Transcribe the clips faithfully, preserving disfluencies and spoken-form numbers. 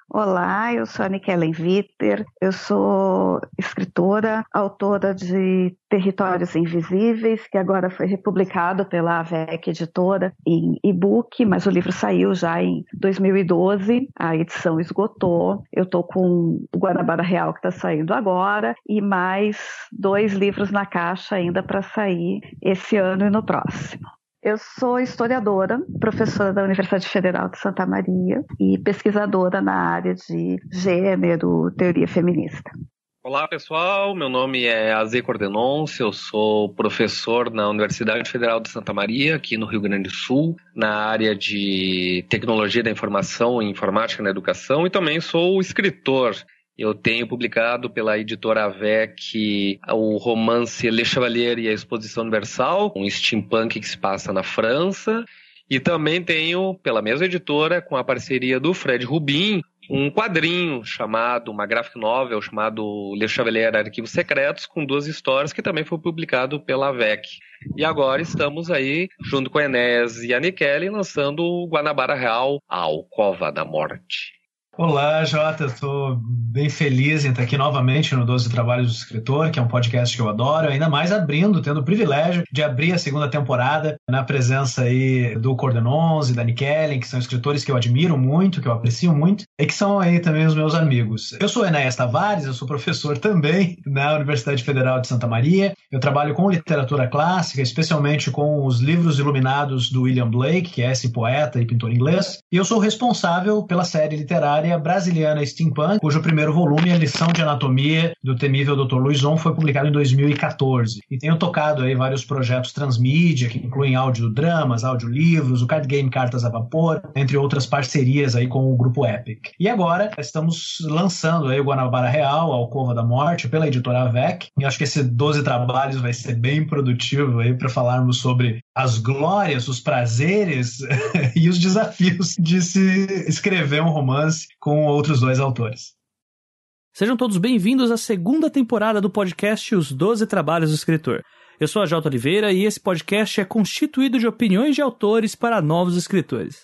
Olá, eu sou a Nikellen Witter, eu sou escritora, autora de Territórios Invisíveis, que agora foi republicado pela AVEC Editora em e-book, mas o livro saiu já em dois mil e doze, a edição esgotou. Eu estou com o Guanabara Real, que está saindo agora, e mais dois livros na caixa ainda para sair esse ano e no próximo. Eu sou historiadora, professora da Universidade Federal de Santa Maria e pesquisadora na área de gênero, teoria feminista. Olá pessoal, meu nome é Aze Cordenonce, eu sou professor na Universidade Federal de Santa Maria, aqui no Rio Grande do Sul, na área de tecnologia da informação e informática na educação, e também sou escritor. Eu tenho publicado pela editora AVEC o romance Le Chevalier e a Exposição Universal, um steampunk que se passa na França. E também tenho, pela mesma editora, com a parceria do Fred Rubin, um quadrinho chamado, uma graphic novel chamado Le Chevalier Arquivos Secretos, com duas histórias que também foi publicado pela AVEC. E agora estamos aí, junto com a Enéas e a Nikellen, lançando o Guanabara Real, a Alcova da Morte. Olá, Jota, estou bem feliz em estar aqui novamente no doze Trabalhos do Escritor, que é um podcast que eu adoro, ainda mais abrindo, tendo o privilégio de abrir a segunda temporada na presença aí do Cordenonce e da Nikellen, que são escritores que eu admiro muito, que eu aprecio muito, e que são aí também os meus amigos. Eu sou Enéas Tavares, eu sou professor também na Universidade Federal de Santa Maria, eu trabalho com literatura clássica, especialmente com os livros iluminados do William Blake, que é esse poeta e pintor inglês, e eu sou responsável pela série literária brasiliana Steampunk, cujo primeiro volume, a lição de anatomia do temível doutor Luizon, foi publicado em dois mil e catorze. E tenho tocado aí vários projetos transmídia, que incluem audiodramas, audiolivros, o card game Cartas a Vapor, entre outras parcerias aí com o grupo Epic. E agora estamos lançando aí o Guanabara Real, a Alcova da Morte, pela editora AVEC. E acho que esse doze Trabalhos vai ser bem produtivo aí para falarmos sobre as glórias, os prazeres e os desafios de se escrever um romance com outros dois autores. Sejam todos bem-vindos à segunda temporada do podcast Os doze Trabalhos do Escritor. Eu sou a Jota Oliveira e esse podcast é constituído de opiniões de autores para novos escritores.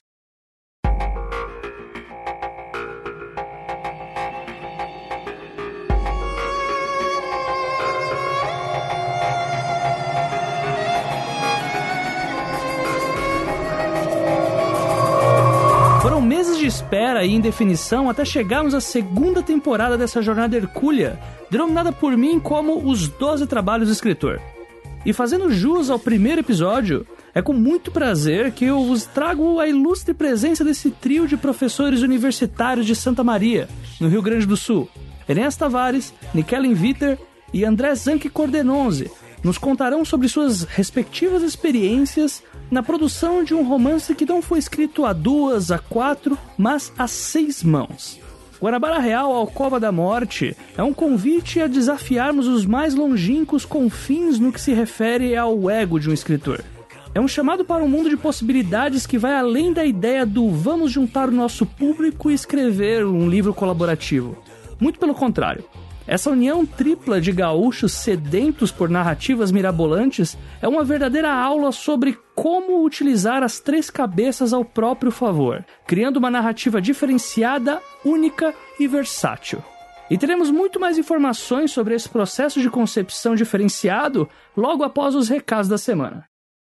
Foram meses de espera e indefinição até chegarmos à segunda temporada dessa jornada hercúlea, denominada por mim como Os doze Trabalhos do Escritor. E fazendo jus ao primeiro episódio, é com muito prazer que eu vos trago a ilustre presença desse trio de professores universitários de Santa Maria, no Rio Grande do Sul. Enéas Tavares, Nikellen Witter e André Zanchi Cordenonce nos contarão sobre suas respectivas experiências na produção de um romance que não foi escrito a duas, a quatro, mas a seis mãos. Guanabara Real, a Alcova da Morte, é um convite a desafiarmos os mais longínquos confins no que se refere ao ego de um escritor. É um chamado para um mundo de possibilidades que vai além da ideia do vamos juntar o nosso público e escrever um livro colaborativo. Muito pelo contrário. Essa união tripla de gaúchos sedentos por narrativas mirabolantes é uma verdadeira aula sobre como utilizar as três cabeças ao próprio favor, criando uma narrativa diferenciada, única e versátil. E teremos muito mais informações sobre esse processo de concepção diferenciado logo após os recados da semana.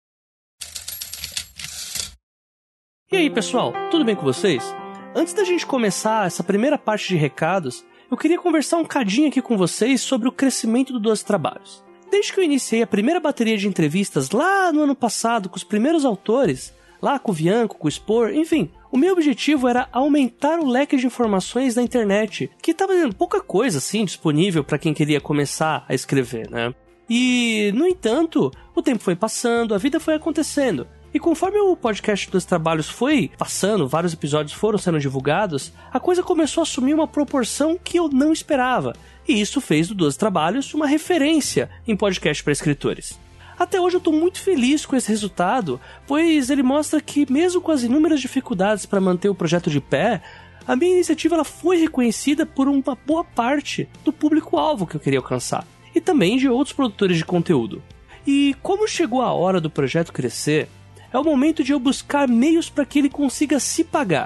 E aí, pessoal, tudo bem com vocês? Antes da gente começar essa primeira parte de recados, eu queria conversar um cadinho aqui com vocês sobre o crescimento do doze Trabalhos. Desde que eu iniciei a primeira bateria de entrevistas lá no ano passado com os primeiros autores, lá com o Vianco, com o Spor, enfim, o meu objetivo era aumentar o leque de informações na internet, que estava pouca coisa assim disponível para quem queria começar a escrever, né? E, no entanto, o tempo foi passando, a vida foi acontecendo. E conforme o podcast dos Trabalhos foi passando, vários episódios foram sendo divulgados, a coisa começou a assumir uma proporção que eu não esperava. E isso fez do doze Trabalhos uma referência em podcast para escritores. Até hoje eu estou muito feliz com esse resultado, pois ele mostra que mesmo com as inúmeras dificuldades para manter o projeto de pé, a minha iniciativa ela foi reconhecida por uma boa parte do público-alvo que eu queria alcançar, e também de outros produtores de conteúdo. E como chegou a hora do projeto crescer, é o momento de eu buscar meios para que ele consiga se pagar,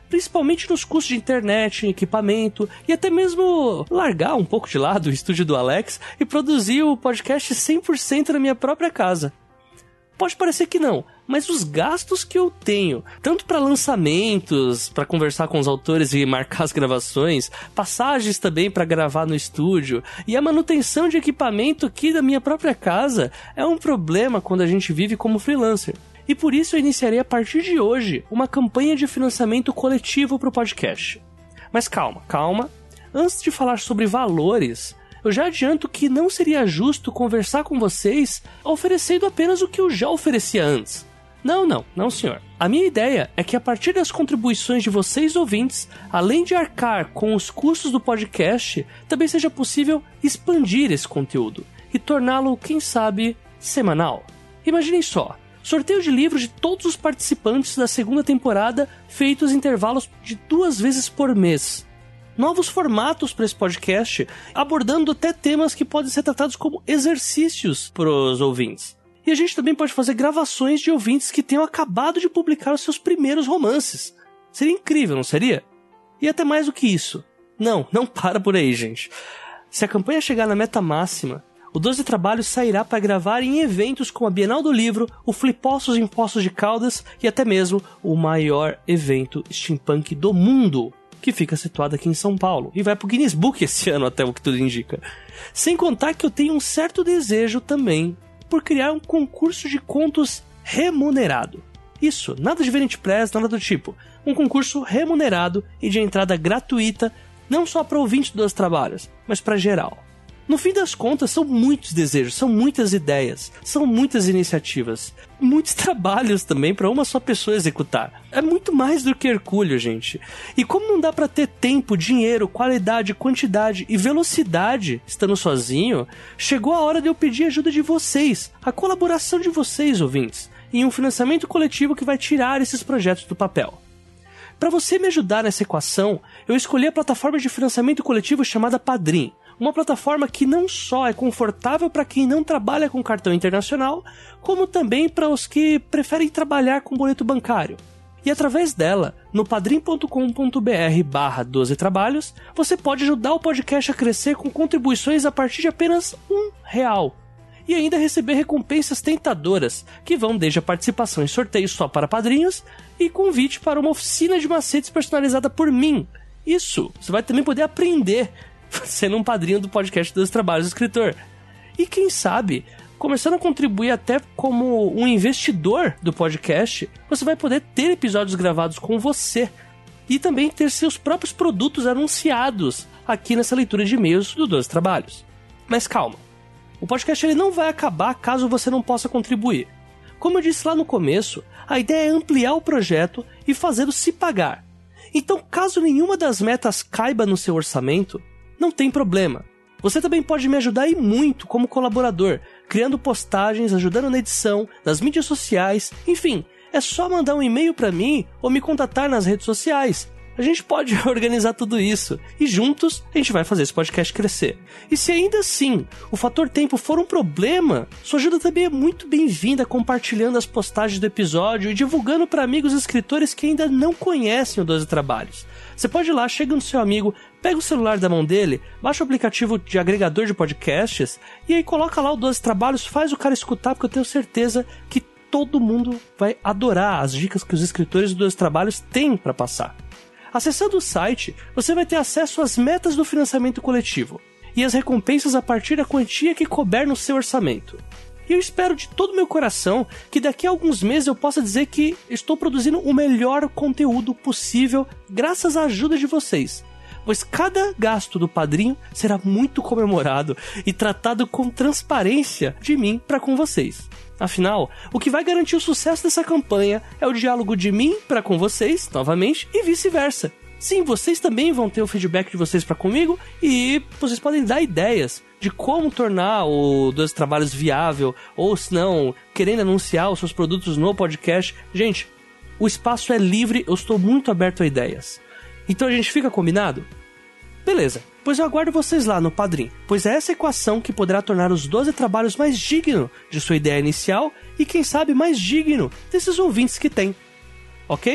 principalmente nos custos de internet, equipamento e até mesmo largar um pouco de lado o estúdio do Alex e produzir o podcast cem por cento na minha própria casa. Pode parecer que não, mas os gastos que eu tenho, tanto para lançamentos, para conversar com os autores e marcar as gravações, passagens também para gravar no estúdio e a manutenção de equipamento aqui da minha própria casa, é um problema quando a gente vive como freelancer. E por isso eu iniciarei a partir de hoje uma campanha de financiamento coletivo para o podcast. Mas calma, calma. Antes de falar sobre valores, eu já adianto que não seria justo conversar com vocês oferecendo apenas o que eu já oferecia antes. Não, não, não senhor. A minha ideia é que a partir das contribuições de vocês ouvintes, além de arcar com os custos do podcast, também seja possível expandir esse conteúdo e torná-lo, quem sabe, semanal. Imaginem só. Sorteio de livros de todos os participantes da segunda temporada, feitos em intervalos de duas vezes por mês. Novos formatos para esse podcast, abordando até temas que podem ser tratados como exercícios para os ouvintes. E a gente também pode fazer gravações de ouvintes que tenham acabado de publicar os seus primeiros romances. Seria incrível, não seria? E até mais do que isso. Não, não para por aí, gente. Se a campanha chegar na meta máxima, o doze Trabalhos sairá para gravar em eventos como a Bienal do Livro, o Flipostos em Poços de Caldas e até mesmo o maior evento steampunk do mundo, que fica situado aqui em São Paulo e vai pro Guinness Book esse ano, até o que tudo indica. Sem contar que eu tenho um certo desejo também por criar um concurso de contos remunerado. Isso, nada de Vanity Press, nada do tipo. Um concurso remunerado e de entrada gratuita, não só para ouvintes dos trabalhos, mas para geral. No fim das contas, são muitos desejos, são muitas ideias, são muitas iniciativas, muitos trabalhos também para uma só pessoa executar. É muito mais do que hercúleo, gente. E como não dá para ter tempo, dinheiro, qualidade, quantidade e velocidade estando sozinho, chegou a hora de eu pedir a ajuda de vocês, a colaboração de vocês, ouvintes, em um financiamento coletivo que vai tirar esses projetos do papel. Para você me ajudar nessa equação, eu escolhi a plataforma de financiamento coletivo chamada Padrim. Uma plataforma que não só é confortável para quem não trabalha com cartão internacional, como também para os que preferem trabalhar com boleto bancário. E através dela, no padrim ponto com ponto b r barra doze trabalhos, você pode ajudar o podcast a crescer com contribuições a partir de apenas um real. E ainda receber recompensas tentadoras, que vão desde a participação em sorteios só para padrinhos e convite para uma oficina de macetes personalizada por mim. Isso, você vai também poder aprender sendo um padrinho do podcast dos Trabalhos do Escritor. E quem sabe, começando a contribuir até como um investidor do podcast, você vai poder ter episódios gravados com você e também ter seus próprios produtos anunciados aqui nessa leitura de e-mails do doze Trabalhos. Mas calma, o podcast ele não vai acabar caso você não possa contribuir. Como eu disse lá no começo, a ideia é ampliar o projeto e fazê-lo se pagar. Então, caso nenhuma das metas caiba no seu orçamento, não tem problema. Você também pode me ajudar e muito como colaborador, criando postagens, ajudando na edição, nas mídias sociais, enfim, é só mandar um e-mail para mim ou me contatar nas redes sociais. A gente pode organizar tudo isso e juntos a gente vai fazer esse podcast crescer. E se ainda assim o fator tempo for um problema, sua ajuda também é muito bem-vinda compartilhando as postagens do episódio e divulgando para amigos escritores que ainda não conhecem o doze Trabalhos. Você pode ir lá, chega no seu amigo, pega o celular da mão dele, baixa o aplicativo de agregador de podcasts e aí coloca lá o doze Trabalhos, faz o cara escutar, porque eu tenho certeza que todo mundo vai adorar as dicas que os escritores do doze Trabalhos têm para passar. Acessando o site, você vai ter acesso às metas do financiamento coletivo e as recompensas a partir da quantia que couber no seu orçamento. E eu espero de todo o meu coração que daqui a alguns meses eu possa dizer que estou produzindo o melhor conteúdo possível graças à ajuda de vocês. Pois cada gasto do padrinho será muito comemorado e tratado com transparência de mim para com vocês. Afinal, o que vai garantir o sucesso dessa campanha é o diálogo de mim para com vocês, novamente, e vice-versa. Sim, vocês também vão ter o feedback de vocês para comigo e vocês podem dar ideias de como tornar o doze Trabalhos viável, ou se não, querendo anunciar os seus produtos no podcast. Gente, o espaço é livre, eu estou muito aberto a ideias. Então a gente fica combinado? Beleza, pois eu aguardo vocês lá no Padrim, pois é essa equação que poderá tornar os doze Trabalhos mais digno de sua ideia inicial e quem sabe mais digno desses ouvintes que tem. Ok?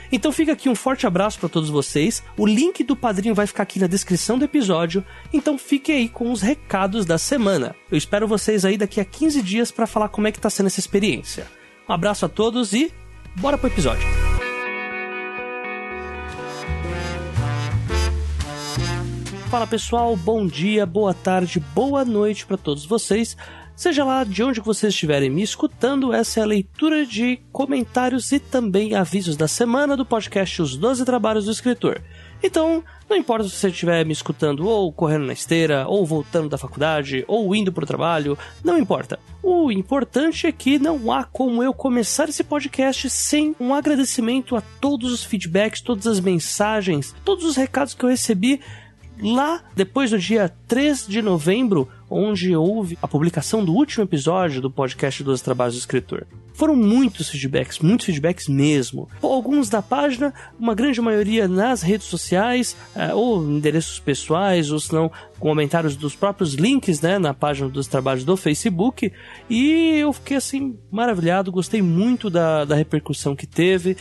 Então fica aqui um forte abraço para todos vocês. O link do Padrinho vai ficar aqui na descrição do episódio. Então fiquem aí com os recados da semana. Eu espero vocês aí daqui a quinze dias para falar como é que tá sendo essa experiência. Um abraço a todos e bora pro episódio. Fala pessoal, bom dia, boa tarde, boa noite para todos vocês. Seja lá de onde vocês estiverem me escutando, essa é a leitura de comentários e também avisos da semana do podcast Os doze Trabalhos do Escritor. Então, não importa se você estiver me escutando ou correndo na esteira, ou voltando da faculdade, ou indo para o trabalho, não importa. O importante é que não há como eu começar esse podcast sem um agradecimento a todos os feedbacks, todas as mensagens, todos os recados que eu recebi lá depois do dia três de novembro, onde houve a publicação do último episódio do podcast Doze Trabalhos do Escritor. Foram muitos feedbacks, muitos feedbacks mesmo. Alguns da página, uma grande maioria nas redes sociais, ou endereços pessoais, ou se não, comentários dos próprios links, né, na página dos trabalhos do Facebook. E eu fiquei assim, maravilhado, gostei muito da, da repercussão que teve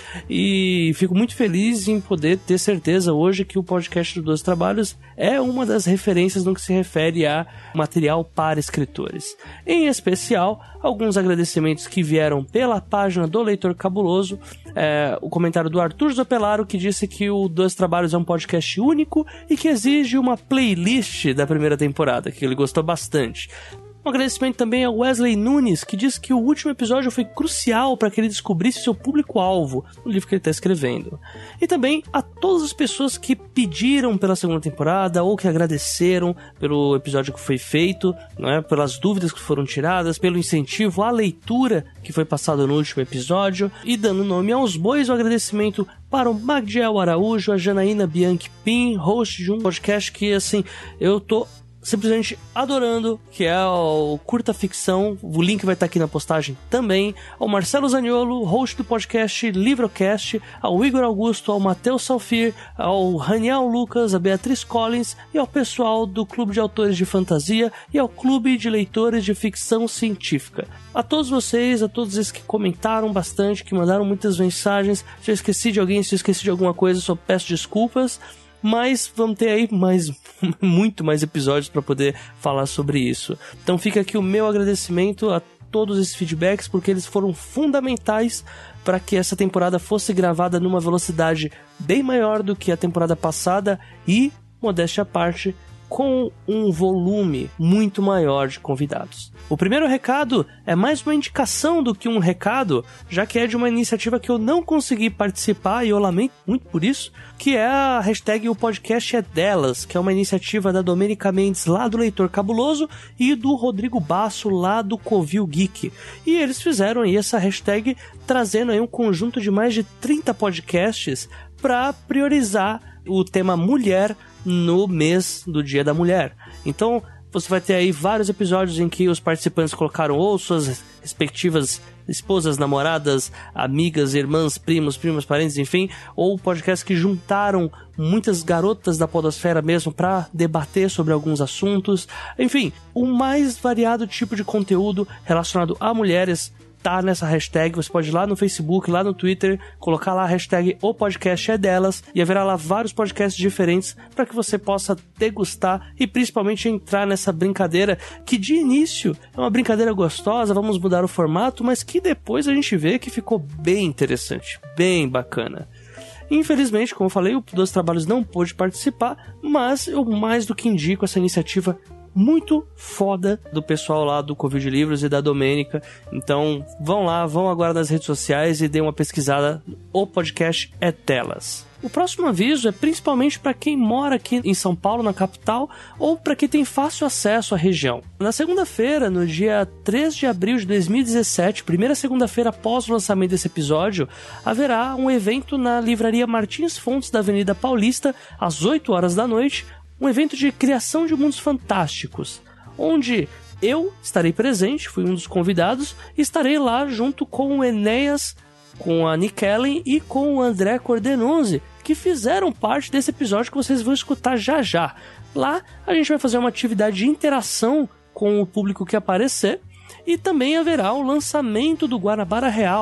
e fico muito feliz em poder ter certeza hoje que o podcast do Doze Trabalhos é uma das referências no que se refere a material para escritores. Em especial, alguns agradecimentos que vieram pela página do Leitor Cabuloso, é, o comentário do Arthur Zopelaro, que disse que o Doze Trabalhos é um podcast único e que exige uma playlist da primeira temporada, que ele gostou bastante. Um agradecimento também ao Wesley Nunes, que disse que o último episódio foi crucial para que ele descobrisse seu público-alvo no livro que ele está escrevendo. E também a todas as pessoas que pediram pela segunda temporada ou que agradeceram pelo episódio que foi feito, não é? Pelas dúvidas que foram tiradas, pelo incentivo à leitura que foi passado no último episódio. E dando nome aos bois, o agradecimento para o Magdiel Araújo, a Janaína Bianchi Pin, host de um podcast que, assim, eu tô simplesmente adorando, que é o Curta Ficção. O link vai estar aqui na postagem também. Ao Marcelo Zaniolo, host do podcast Livrocast, ao Igor Augusto, ao Matheus Salfir, ao Raniel Lucas, a Beatriz Collins e ao pessoal do Clube de Autores de Fantasia e ao Clube de Leitores de Ficção Científica. A todos vocês, a todos esses que comentaram bastante, que mandaram muitas mensagens. Se eu esqueci de alguém, se eu esqueci de alguma coisa, só peço desculpas. Mas vamos ter aí mais, muito mais episódios para poder falar sobre isso. Então fica aqui o meu agradecimento a todos esses feedbacks, porque eles foram fundamentais para que essa temporada fosse gravada numa velocidade bem maior do que a temporada passada e, modéstia à parte, com um volume muito maior de convidados. O primeiro recado é mais uma indicação do que um recado, já que é de uma iniciativa que eu não consegui participar e eu lamento muito por isso, que é a hashtag O Podcast é Delas, que é uma iniciativa da Domênica Mendes lá do Leitor Cabuloso e do Rodrigo Basso lá do Covil Geek. E eles fizeram aí essa hashtag trazendo aí um conjunto de mais de trinta podcasts para priorizar o tema mulher no mês do Dia da Mulher. Então você vai ter aí vários episódios em que os participantes colocaram ou suas respectivas esposas, namoradas, amigas, irmãs, primos, primas, parentes, enfim, ou podcasts que juntaram muitas garotas da podosfera mesmo para debater sobre alguns assuntos. Enfim, o mais variado tipo de conteúdo relacionado a mulheres tá nessa hashtag. Você pode ir lá no Facebook, lá no Twitter, colocar lá a hashtag O Podcast é Delas e haverá lá vários podcasts diferentes para que você possa degustar e principalmente entrar nessa brincadeira que de início é uma brincadeira gostosa, vamos mudar o formato, mas que depois a gente vê que ficou bem interessante, bem bacana. Infelizmente, como eu falei, o Doze Trabalhos não pôde participar, mas eu mais do que indico essa iniciativa muito foda do pessoal lá do Covil de Livros e da Domênica. Então vão lá, vão agora nas redes sociais e dêem uma pesquisada. O podcast é delas. O próximo aviso é principalmente para quem mora aqui em São Paulo, na capital, ou para quem tem fácil acesso à região. Na segunda-feira, no dia três de abril de dois mil e dezessete, primeira segunda-feira após o lançamento desse episódio, haverá um evento na Livraria Martins Fontes da Avenida Paulista, às oito horas da noite, um evento de criação de mundos fantásticos, onde eu estarei presente, fui um dos convidados, e estarei lá junto com o Enéas, com a Nick Ellen e com o André Cordenonzi, que fizeram parte desse episódio que vocês vão escutar já já. Lá a gente vai fazer uma atividade de interação com o público que aparecer, e também haverá o lançamento do Guanabara Real,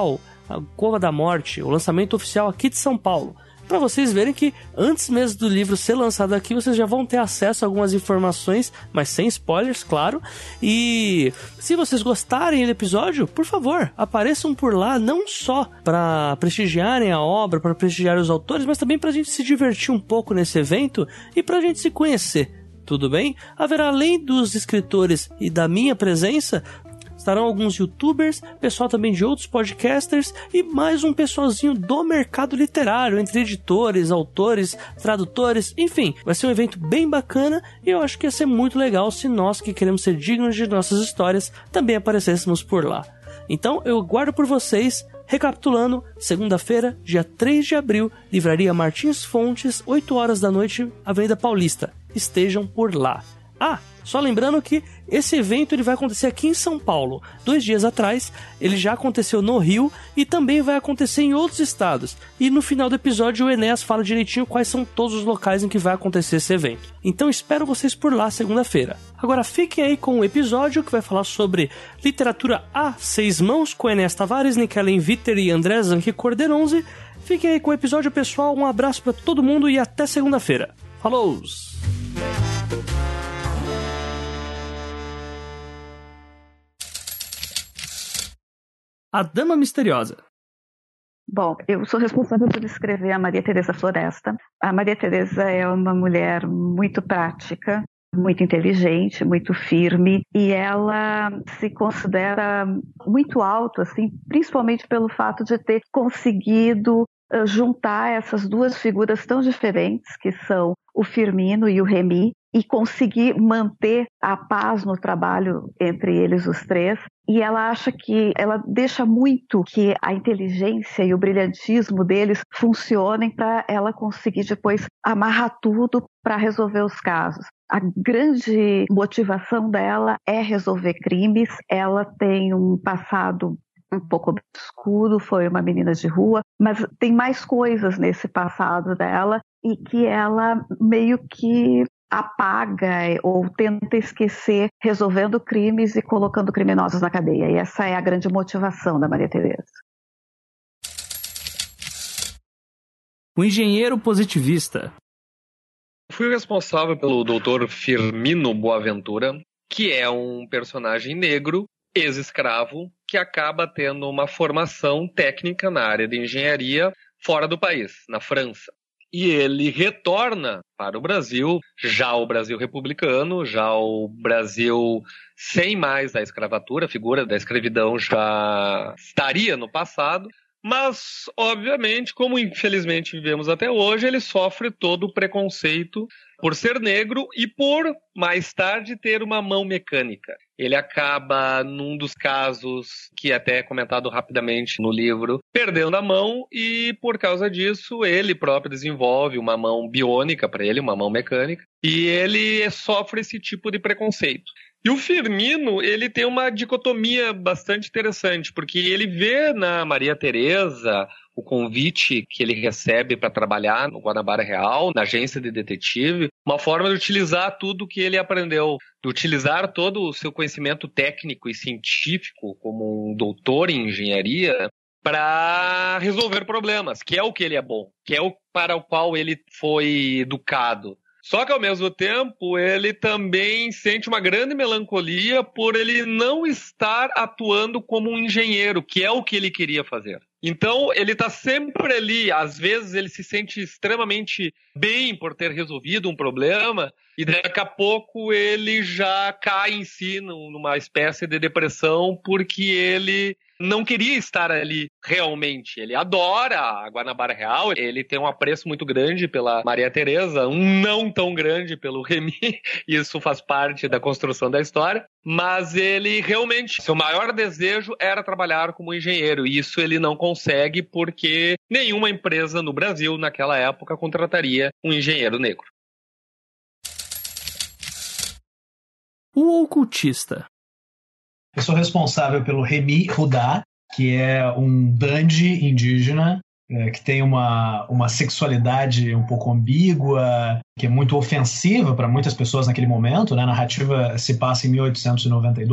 a Cova da Morte, o lançamento oficial aqui de São Paulo. Para vocês verem que antes mesmo do livro ser lançado aqui, vocês já vão ter acesso a algumas informações, mas sem spoilers, claro. E se vocês gostarem do episódio, por favor, apareçam por lá, não só para prestigiarem a obra, para prestigiar os autores, mas também para a gente se divertir um pouco nesse evento e para a gente se conhecer. Tudo bem? Haverá, além dos escritores e da minha presença, estarão alguns youtubers, pessoal também de outros podcasters e mais um pessoalzinho do mercado literário, entre editores, autores, tradutores, enfim, vai ser um evento bem bacana e eu acho que ia ser muito legal se nós que queremos ser dignos de nossas histórias também aparecêssemos por lá. Então eu guardo por vocês. Recapitulando, segunda-feira, dia três de abril, Livraria Martins Fontes, oito horas da noite, Avenida Paulista. Estejam por lá. Ah, só lembrando que esse evento ele vai acontecer aqui em São Paulo. Dois dias atrás, ele já aconteceu no Rio e também vai acontecer em outros estados. E no final do episódio, o Enéas fala direitinho quais são todos os locais em que vai acontecer esse evento. Então espero vocês por lá segunda-feira. Agora fiquem aí com o episódio que vai falar sobre literatura a seis mãos com Enéas Tavares, Nikellen Vitter e André Zanchi Corderonzi. Fiquem aí com o episódio, pessoal. Um abraço para todo mundo e até segunda-feira. Falou! A Dama Misteriosa. Bom, eu sou responsável por escrever a Maria Teresa Floresta. A Maria Teresa é uma mulher muito prática, muito inteligente, muito firme, e ela se considera muito alto, assim, principalmente pelo fato de ter conseguido juntar essas duas figuras tão diferentes, que são o Firmino e o Remy, e conseguir manter a paz no trabalho entre eles os três. E ela acha que ela deixa muito que a inteligência e o brilhantismo deles funcionem para ela conseguir depois amarrar tudo para resolver os casos. A grande motivação dela é resolver crimes. Ela tem um passado um pouco obscuro, foi uma menina de rua, mas tem mais coisas nesse passado dela e que ela meio que apaga ou tenta esquecer resolvendo crimes e colocando criminosos na cadeia. E essa é a grande motivação da Maria Teresa. O engenheiro positivista. Fui responsável pelo doutor Firmino Boaventura, que é um personagem negro, ex-escravo, que acaba tendo uma formação técnica na área de engenharia fora do país, na França. E ele retorna para o Brasil, já o Brasil republicano, já o Brasil sem mais a escravatura, a figura da escravidão já estaria no passado. Mas, obviamente, como infelizmente vivemos até hoje, ele sofre todo o preconceito por ser negro e por, mais tarde, ter uma mão mecânica. Ele acaba, num dos casos, que até é comentado rapidamente no livro, perdendo a mão e, por causa disso, ele próprio desenvolve uma mão biônica para ele, uma mão mecânica, e ele sofre esse tipo de preconceito. E o Firmino, ele tem uma dicotomia bastante interessante, porque ele vê na Maria Teresa o convite que ele recebe para trabalhar no Guanabara Real, na agência de detetive, uma forma de utilizar tudo que ele aprendeu, de utilizar todo o seu conhecimento técnico e científico como um doutor em engenharia para resolver problemas, que é o que ele é bom, que é o para o qual ele foi educado. Só que, ao mesmo tempo, ele também sente uma grande melancolia por ele não estar atuando como um engenheiro, que é o que ele queria fazer. Então, ele está sempre ali, às vezes ele se sente extremamente bem por ter resolvido um problema, e daqui a pouco ele já cai em si numa espécie de depressão, porque ele não queria estar ali realmente. Ele adora a Guanabara Real, ele tem um apreço muito grande pela Maria Teresa, um não tão grande pelo Remy, isso faz parte da construção da história, mas ele realmente, seu maior desejo era trabalhar como engenheiro, e isso ele não consegue porque nenhuma empresa no Brasil naquela época contrataria um engenheiro negro. O ocultista. Eu sou responsável pelo Remy Rudá, que é um dandy indígena, é, que tem uma, uma sexualidade um pouco ambígua, que é muito ofensiva para muitas pessoas naquele momento, né? A narrativa se passa em mil oitocentos e noventa e dois.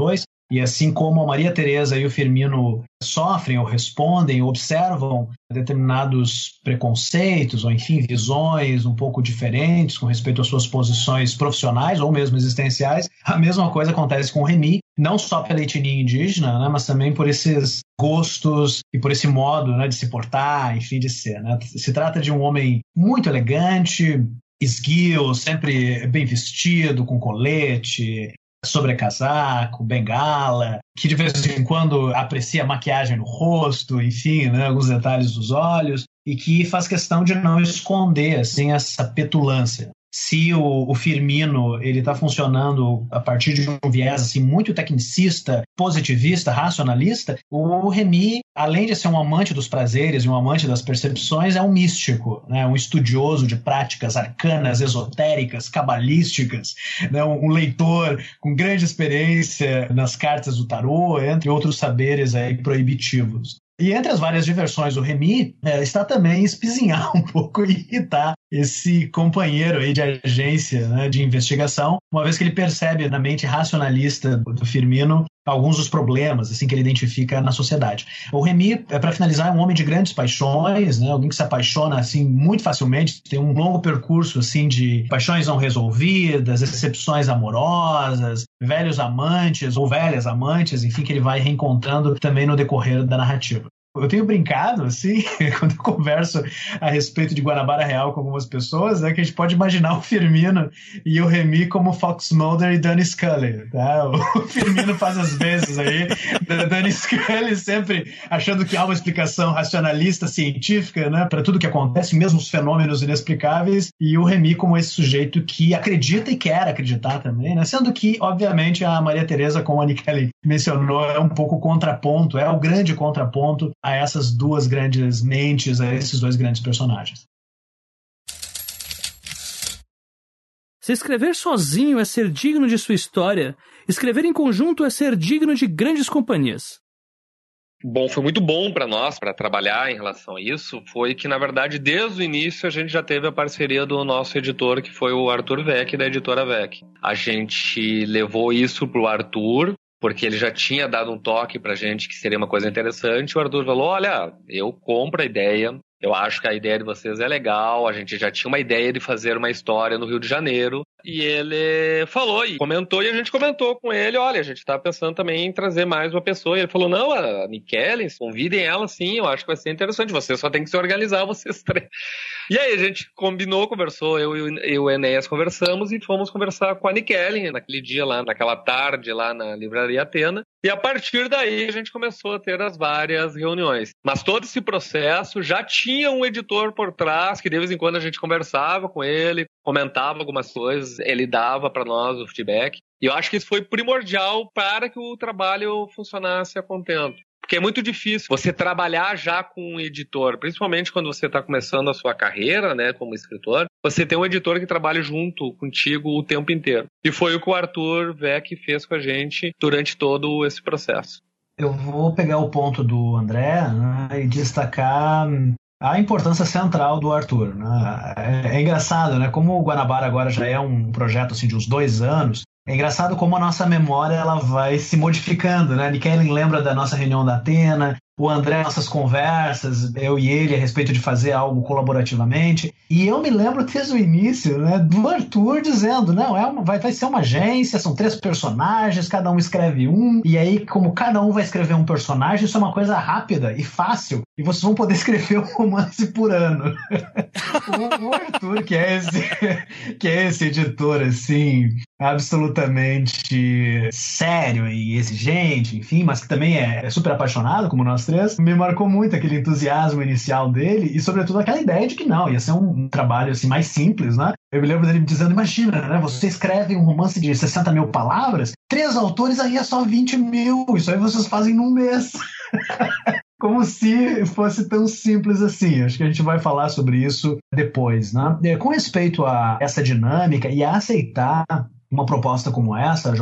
E assim como a Maria Teresa e o Firmino sofrem ou respondem, observam determinados preconceitos ou, enfim, visões um pouco diferentes com respeito às suas posições profissionais ou mesmo existenciais, a mesma coisa acontece com o Remy, não só pela etnia indígena, né, mas também por esses gostos e por esse modo, né, de se portar, enfim, de ser. Né? Se trata de um homem muito elegante, esguio, sempre bem vestido, com colete, sobrecasaco, bengala, que de vez em quando aprecia a maquiagem no rosto, enfim, né, alguns detalhes dos olhos, e que faz questão de não esconder assim, essa petulância. Se o, o Firmino ele está funcionando a partir de um viés assim, muito tecnicista, positivista, racionalista, o Remy, além de ser um amante dos prazeres e um amante das percepções, é um místico, né? Um estudioso de práticas arcanas, esotéricas, cabalísticas, né? um, um leitor com grande experiência nas cartas do tarô, entre outros saberes aí, proibitivos. E entre as várias diversões do Remy, é, está também espizinhar um pouco e irritar esse companheiro aí de agência, né, de investigação, uma vez que ele percebe na mente racionalista do Firmino alguns dos problemas assim, que ele identifica na sociedade. O Remy, para finalizar, é um homem de grandes paixões, né, alguém que se apaixona assim, muito facilmente, tem um longo percurso assim, de paixões não resolvidas, decepções amorosas, velhos amantes ou velhas amantes, enfim, que ele vai reencontrando também no decorrer da narrativa. Eu tenho brincado, assim, quando eu converso a respeito de Guanabara Real com algumas pessoas, né, que a gente pode imaginar o Firmino e o Remy como Fox Mulder e Danny Scully, tá? O Firmino faz as vezes aí, da Danny Scully sempre achando que há uma explicação racionalista, científica, né, para tudo que acontece, mesmo os fenômenos inexplicáveis, e o Remy como esse sujeito que acredita e quer acreditar também, né, sendo que, obviamente, a Maria Teresa, como a Nicole mencionou, é um pouco contraponto, é o grande contraponto a essas duas grandes mentes, a esses dois grandes personagens. Se escrever sozinho é ser digno de sua história, escrever em conjunto é ser digno de grandes companhias. Bom, foi muito bom para nós, para trabalhar em relação a isso, foi que, na verdade, desde o início a gente já teve a parceria do nosso editor, que foi o Arthur Weck, da editora Weck. A gente levou isso pro Arthur, porque ele já tinha dado um toque pra gente que seria uma coisa interessante. O Arthur falou, olha, eu compro a ideia, eu acho que a ideia de vocês é legal, a gente já tinha uma ideia de fazer uma história no Rio de Janeiro, e ele falou e comentou, e a gente comentou com ele, olha, a gente tá pensando também em trazer mais uma pessoa, e ele falou, não, a Nicole, convidem ela sim, eu acho que vai ser interessante, vocês só tem que se organizar, vocês três. E aí a gente combinou, conversou, eu e o Enéas conversamos e fomos conversar com a Nicole naquele dia lá, naquela tarde lá na Livraria Atena, e a partir daí a gente começou a ter as várias reuniões. Mas todo esse processo já tinha um editor por trás, que de vez em quando a gente conversava com ele, comentava algumas coisas, ele dava para nós o feedback. E eu acho que isso foi primordial para que o trabalho funcionasse a contento. Porque é muito difícil você trabalhar já com um editor, principalmente quando você está começando a sua carreira, né, como escritor, você tem um editor que trabalha junto contigo o tempo inteiro. E foi o que o Arthur Weck fez com a gente durante todo esse processo. Eu vou pegar o ponto do André, né, e destacar a importância central do Arthur. Né? É, é engraçado, né? Como o Guanabara agora já é um projeto assim, de uns dois anos, é engraçado como a nossa memória ela vai se modificando, né? Nicole lembra da nossa reunião da Atena, o André, nossas conversas, eu e ele, a respeito de fazer algo colaborativamente. E eu me lembro desde o início, né, do Arthur dizendo, não, é uma, vai, vai ser uma agência, são três personagens, cada um escreve um, e aí, como cada um vai escrever um personagem, isso é uma coisa rápida e fácil, e vocês vão poder escrever um romance por ano. o, o Arthur, que é, esse, que é esse editor, assim, absolutamente sério e exigente, enfim, mas que também é, é super apaixonado, como nós três, me marcou muito aquele entusiasmo inicial dele e, sobretudo, aquela ideia de que não, ia ser um, um trabalho assim, mais simples, né? Eu me lembro dele me dizendo, imagina, né? Você escreve um romance de sessenta mil palavras, três autores, aí é só vinte mil, isso aí vocês fazem num mês. Como se fosse tão simples assim. Acho que a gente vai falar sobre isso depois, né? Com respeito a essa dinâmica e a aceitar uma proposta como essa, Jota,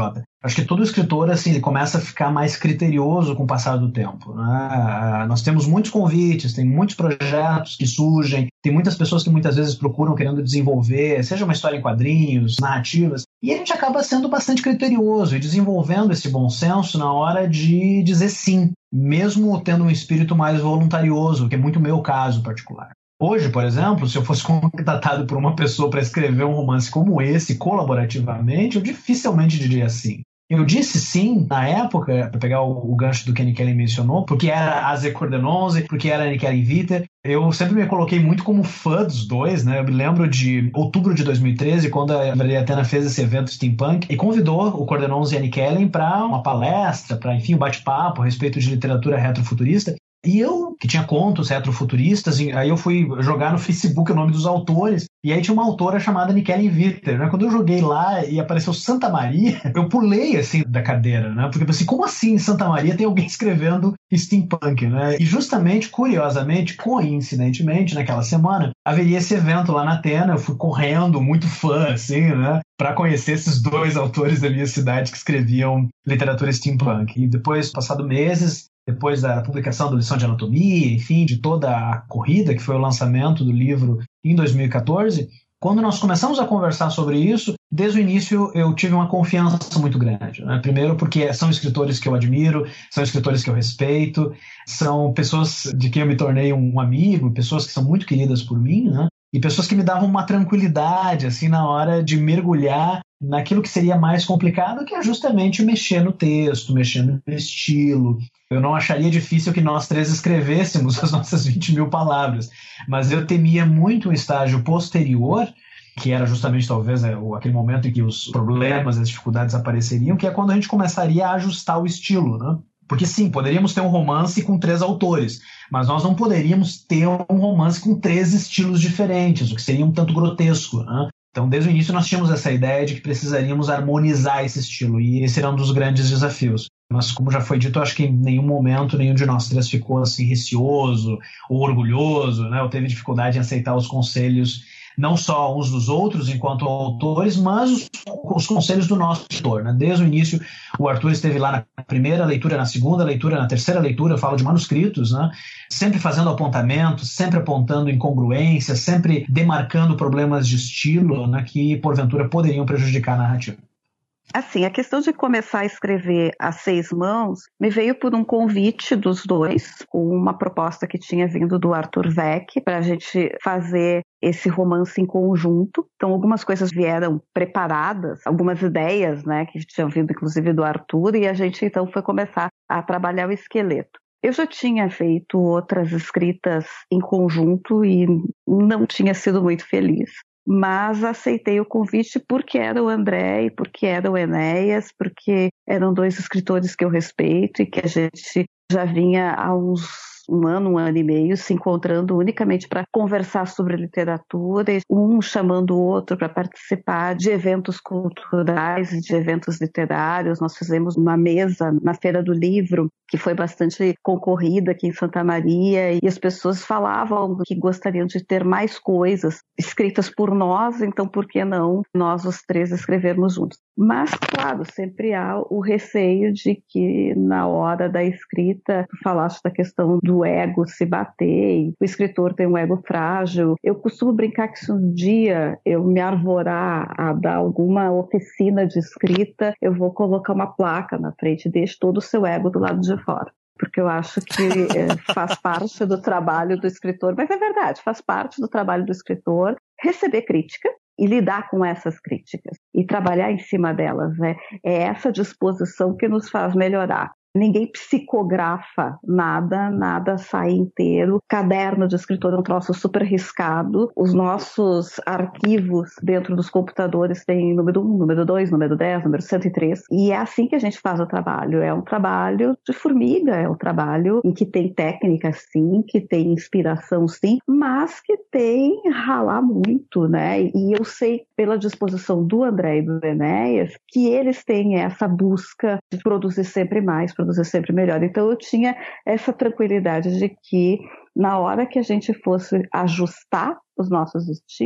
Acho que todo escritor, assim, ele começa a ficar mais criterioso com o passar do tempo, né? Nós temos muitos convites, tem muitos projetos que surgem, tem muitas pessoas que muitas vezes procuram querendo desenvolver, seja uma história em quadrinhos, narrativas, e a gente acaba sendo bastante criterioso e desenvolvendo esse bom senso na hora de dizer sim, mesmo tendo um espírito mais voluntarioso, que é muito o meu caso particular. Hoje, por exemplo, se eu fosse contratado por uma pessoa para escrever um romance como esse, colaborativamente, eu dificilmente diria sim. Eu disse sim, na época, para pegar o, o gancho do que a Nickelin mencionou, porque era a Azé Cordenonzi, porque era a Nickelin Viter. Eu sempre me coloquei muito como fã dos dois, né? Eu me lembro de outubro de dois mil e treze, quando a Livraria Atena fez esse evento Steampunk e convidou o Cordenonzi e a Nickelin para uma palestra, para, enfim, um bate-papo a respeito de literatura retrofuturista. E eu, que tinha contos retrofuturistas, aí eu fui jogar no Facebook o nome dos autores, e aí tinha uma autora chamada Nickelin Viter, né? Quando eu joguei lá e apareceu Santa Maria, eu pulei, assim, da cadeira, né? Porque eu pensei, como assim em Santa Maria tem alguém escrevendo steampunk, né? E justamente, curiosamente, coincidentemente, naquela semana, haveria esse evento lá na Atena, eu fui correndo, muito fã, assim, né? Para conhecer esses dois autores da minha cidade que escreviam literatura steampunk. E depois, passado meses, depois da publicação da lição de anatomia, enfim, de toda a corrida, que foi o lançamento do livro em dois mil e catorze, quando nós começamos a conversar sobre isso, desde o início eu tive uma confiança muito grande, né? Primeiro porque são escritores que eu admiro, são escritores que eu respeito, são pessoas de quem eu me tornei um amigo, pessoas que são muito queridas por mim, né? E pessoas que me davam uma tranquilidade assim, na hora de mergulhar naquilo que seria mais complicado, que é justamente mexer no texto, mexer no estilo. Eu não acharia difícil que nós três escrevêssemos as nossas vinte mil palavras, mas eu temia muito um estágio posterior, que era justamente talvez é, aquele momento em que os problemas, as dificuldades apareceriam, que é quando a gente começaria a ajustar o estilo, né? Porque sim, poderíamos ter um romance com três autores, mas nós não poderíamos ter um romance com três estilos diferentes, o que seria um tanto grotesco, né? Então, desde o início, nós tínhamos essa ideia de que precisaríamos harmonizar esse estilo, e esse era um dos grandes desafios. Mas, como já foi dito, eu acho que em nenhum momento nenhum de nós três ficou assim, receoso ou orgulhoso, né? Ou teve dificuldade em aceitar os conselhos, não só uns dos outros enquanto autores, mas os, os conselhos do nosso editor, né? Desde o início, o Arthur esteve lá na primeira leitura, na segunda leitura, na terceira leitura, eu falo de manuscritos, né? Sempre fazendo apontamentos, sempre apontando incongruências, sempre demarcando problemas de estilo, né, que, porventura, poderiam prejudicar a narrativa. Assim, a questão de começar a escrever a seis mãos me veio por um convite dos dois, com uma proposta que tinha vindo do Arthur Weck para a gente fazer esse romance em conjunto. Então, algumas coisas vieram preparadas, algumas ideias, né, que tinham vindo inclusive do Arthur, e a gente então foi começar a trabalhar o esqueleto. Eu já tinha feito outras escritas em conjunto e não tinha sido muito feliz. Mas aceitei o convite porque era o André e porque era o Enéas, porque eram dois escritores que eu respeito e que a gente já vinha há uns um ano, um ano e meio, se encontrando unicamente para conversar sobre literatura, um chamando o outro para participar de eventos culturais e de eventos literários. Nós fizemos uma mesa na Feira do Livro, que foi bastante concorrida aqui em Santa Maria, e as pessoas falavam que gostariam de ter mais coisas escritas por nós, então por que não nós os três escrevermos juntos? Mas, claro, sempre há o receio de que na hora da escrita, tu falaste da questão do ego se bater, o escritor tem um ego frágil. Eu costumo brincar que se um dia eu me arvorar a dar alguma oficina de escrita, eu vou colocar uma placa na frente, deixe todo o seu ego do lado de fora. Porque eu acho que é, faz parte do trabalho do escritor, mas é verdade, faz parte do trabalho do escritor receber crítica e lidar com essas críticas e trabalhar em cima delas, né? É essa disposição que nos faz melhorar. Ninguém psicografa nada, nada sai inteiro. Caderno de escritor é um troço super riscado. Os nossos arquivos dentro dos computadores têm número um, número dois, número dez, número cento e três. E é assim que a gente faz o trabalho. É um trabalho de formiga, é um trabalho em que tem técnica sim, que tem inspiração sim, mas que tem ralar muito, né? E eu sei pela disposição do André e do Enéas que eles têm essa busca de produzir sempre mais, produzir sempre melhor. Então eu tinha essa tranquilidade de que na hora que a gente fosse ajustar os nossos estilos,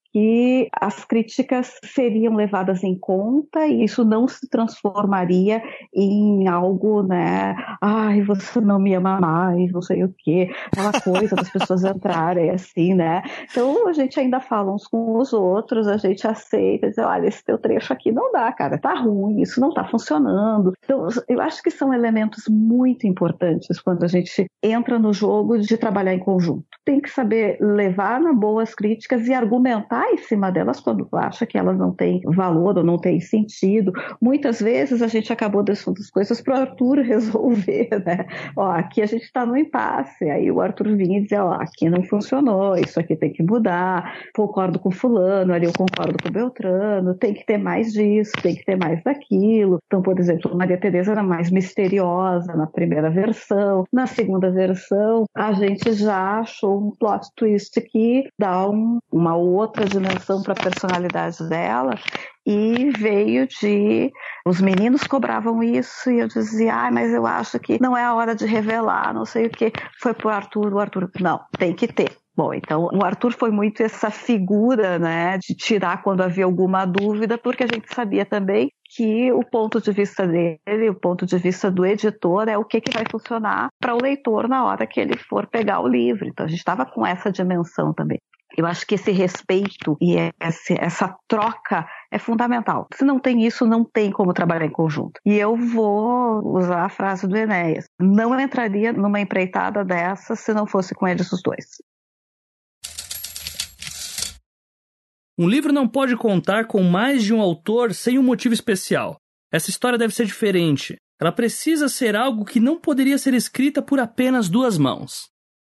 que as críticas seriam levadas em conta e isso não se transformaria em algo, né, ai, você não me ama mais, não sei o quê, aquela coisa das pessoas entrarem assim, né? Então a gente ainda fala uns com os outros, a gente aceita, diz, olha, esse teu trecho aqui não dá, cara, tá ruim, isso não tá funcionando. Então eu acho que são elementos muito importantes quando a gente entra no jogo de trabalhar em conjunto. Tem que saber levar na boa as críticas e argumentar em cima delas quando acha que elas não têm valor ou não têm sentido. Muitas vezes a gente acabou deixando as coisas para o Arthur resolver, né? Ó, aqui a gente está no impasse, aí o Arthur vinha e dizia, ó, aqui não funcionou, isso aqui tem que mudar, concordo com fulano, ali eu concordo com Beltrano, tem que ter mais disso, tem que ter mais daquilo. Então, por exemplo, Maria Teresa era mais misteriosa na primeira versão, na segunda versão a gente já achou um plot twist que dá um, uma outra dimensão para a personalidade dela. E veio de... Os meninos cobravam isso e eu dizia, ah, mas eu acho que não é a hora de revelar, não sei o quê. Foi pro Arthur, o Arthur, não, tem que ter. Bom, então o Arthur foi muito essa figura, né, de tirar quando havia alguma dúvida, porque a gente sabia também que o ponto de vista dele, o ponto de vista do editor é o que, que vai funcionar para o leitor na hora que ele for pegar o livro. Então a gente estava com essa dimensão também. Eu acho que esse respeito e essa troca é fundamental. Se não tem isso, não tem como trabalhar em conjunto. E eu vou usar a frase do Enéas. Não entraria numa empreitada dessa se não fosse com eles os dois. Um livro não pode contar com mais de um autor sem um motivo especial. Essa história deve ser diferente. Ela precisa ser algo que não poderia ser escrita por apenas duas mãos.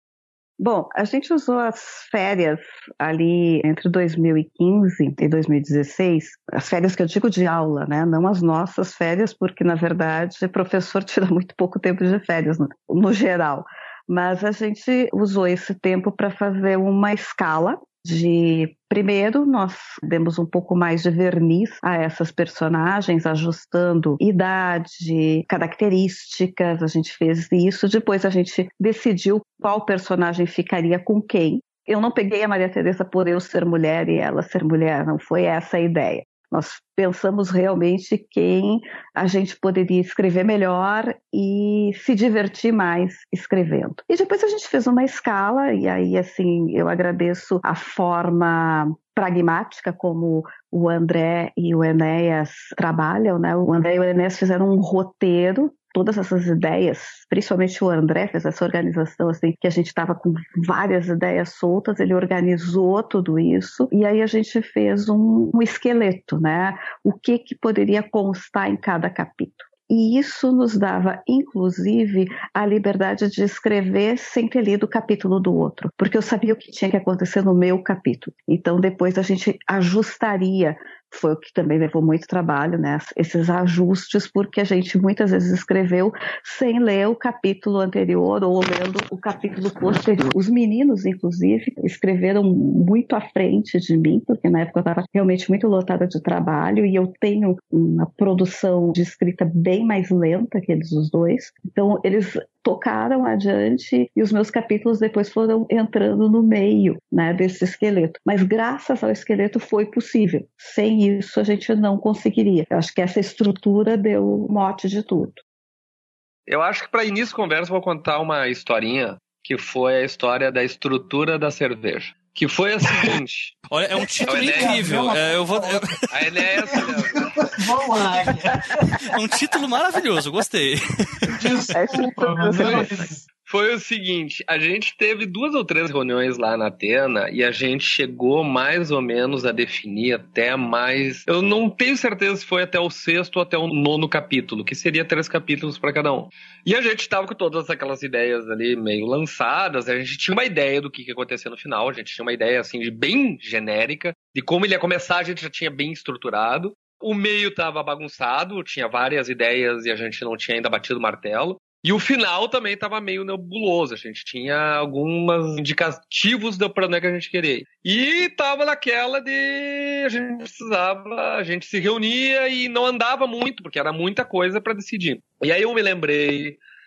Bom, a gente usou as férias ali entre dois mil e quinze e dois mil e dezesseis, as férias que eu digo de aula, né? Não as nossas férias, porque na verdade o professor tira muito pouco tempo de férias no, no geral. Mas a gente usou esse tempo para fazer uma escala de... Primeiro, nós demos um pouco mais de verniz a essas personagens, ajustando idade, características, a gente fez isso. Depois a gente decidiu qual personagem ficaria com quem. Eu não peguei a Maria Teresa por eu ser mulher e ela ser mulher, não foi essa a ideia. Nós pensamos realmente quem a gente poderia escrever melhor e se divertir mais escrevendo. E depois a gente fez uma escala, e aí, assim, eu agradeço a forma pragmática como o André e o Enéas trabalham, né? O André e o Enéas fizeram um roteiro. Todas essas ideias, principalmente o André fez essa organização, assim, que a gente estava com várias ideias soltas, ele organizou tudo isso, e aí a gente fez um, um esqueleto, né? O que que poderia constar em cada capítulo. E isso nos dava, inclusive, a liberdade de escrever sem ter lido o capítulo do outro, porque eu sabia o que tinha que acontecer no meu capítulo. Então, depois a gente ajustaria. Foi o que também levou muito trabalho, né? Esses ajustes, porque a gente muitas vezes escreveu sem ler o capítulo anterior ou lendo o capítulo posterior. Os meninos, inclusive, escreveram muito à frente de mim, porque na época eu estava realmente muito lotada de trabalho e eu tenho uma produção de escrita bem mais lenta que eles os dois. Então, eles tocaram adiante e os meus capítulos depois foram entrando no meio, né, desse esqueleto. Mas graças ao esqueleto foi possível. Sem isso a gente não conseguiria. Eu acho que essa estrutura deu o mote de tudo. Eu acho que para início de conversa eu vou contar uma historinha que foi a história da estrutura da cerveja. Que foi a seguinte... Olha, é um título é incrível. É, eu vou... Eu... A Enéas... Vamos lá. É um título maravilhoso, gostei. Desculpa, mas eu... Foi o seguinte, a gente teve duas ou três reuniões lá na Atena e a gente chegou mais ou menos a definir até mais... Eu não tenho certeza se foi até o sexto ou até o nono capítulo, que seria três capítulos para cada um. E a gente estava com todas aquelas ideias ali meio lançadas, a gente tinha uma ideia do que ia acontecer no final, a gente tinha uma ideia assim de bem genérica, de como ele ia começar a gente já tinha bem estruturado. O meio estava bagunçado, tinha várias ideias e a gente não tinha ainda batido o martelo. E o final também estava meio nebuloso, a gente tinha alguns indicativos para onde é que a gente queria ir. E estava naquela de a gente precisava, a gente se reunia e não andava muito, porque era muita coisa para decidir. E aí eu me lembrei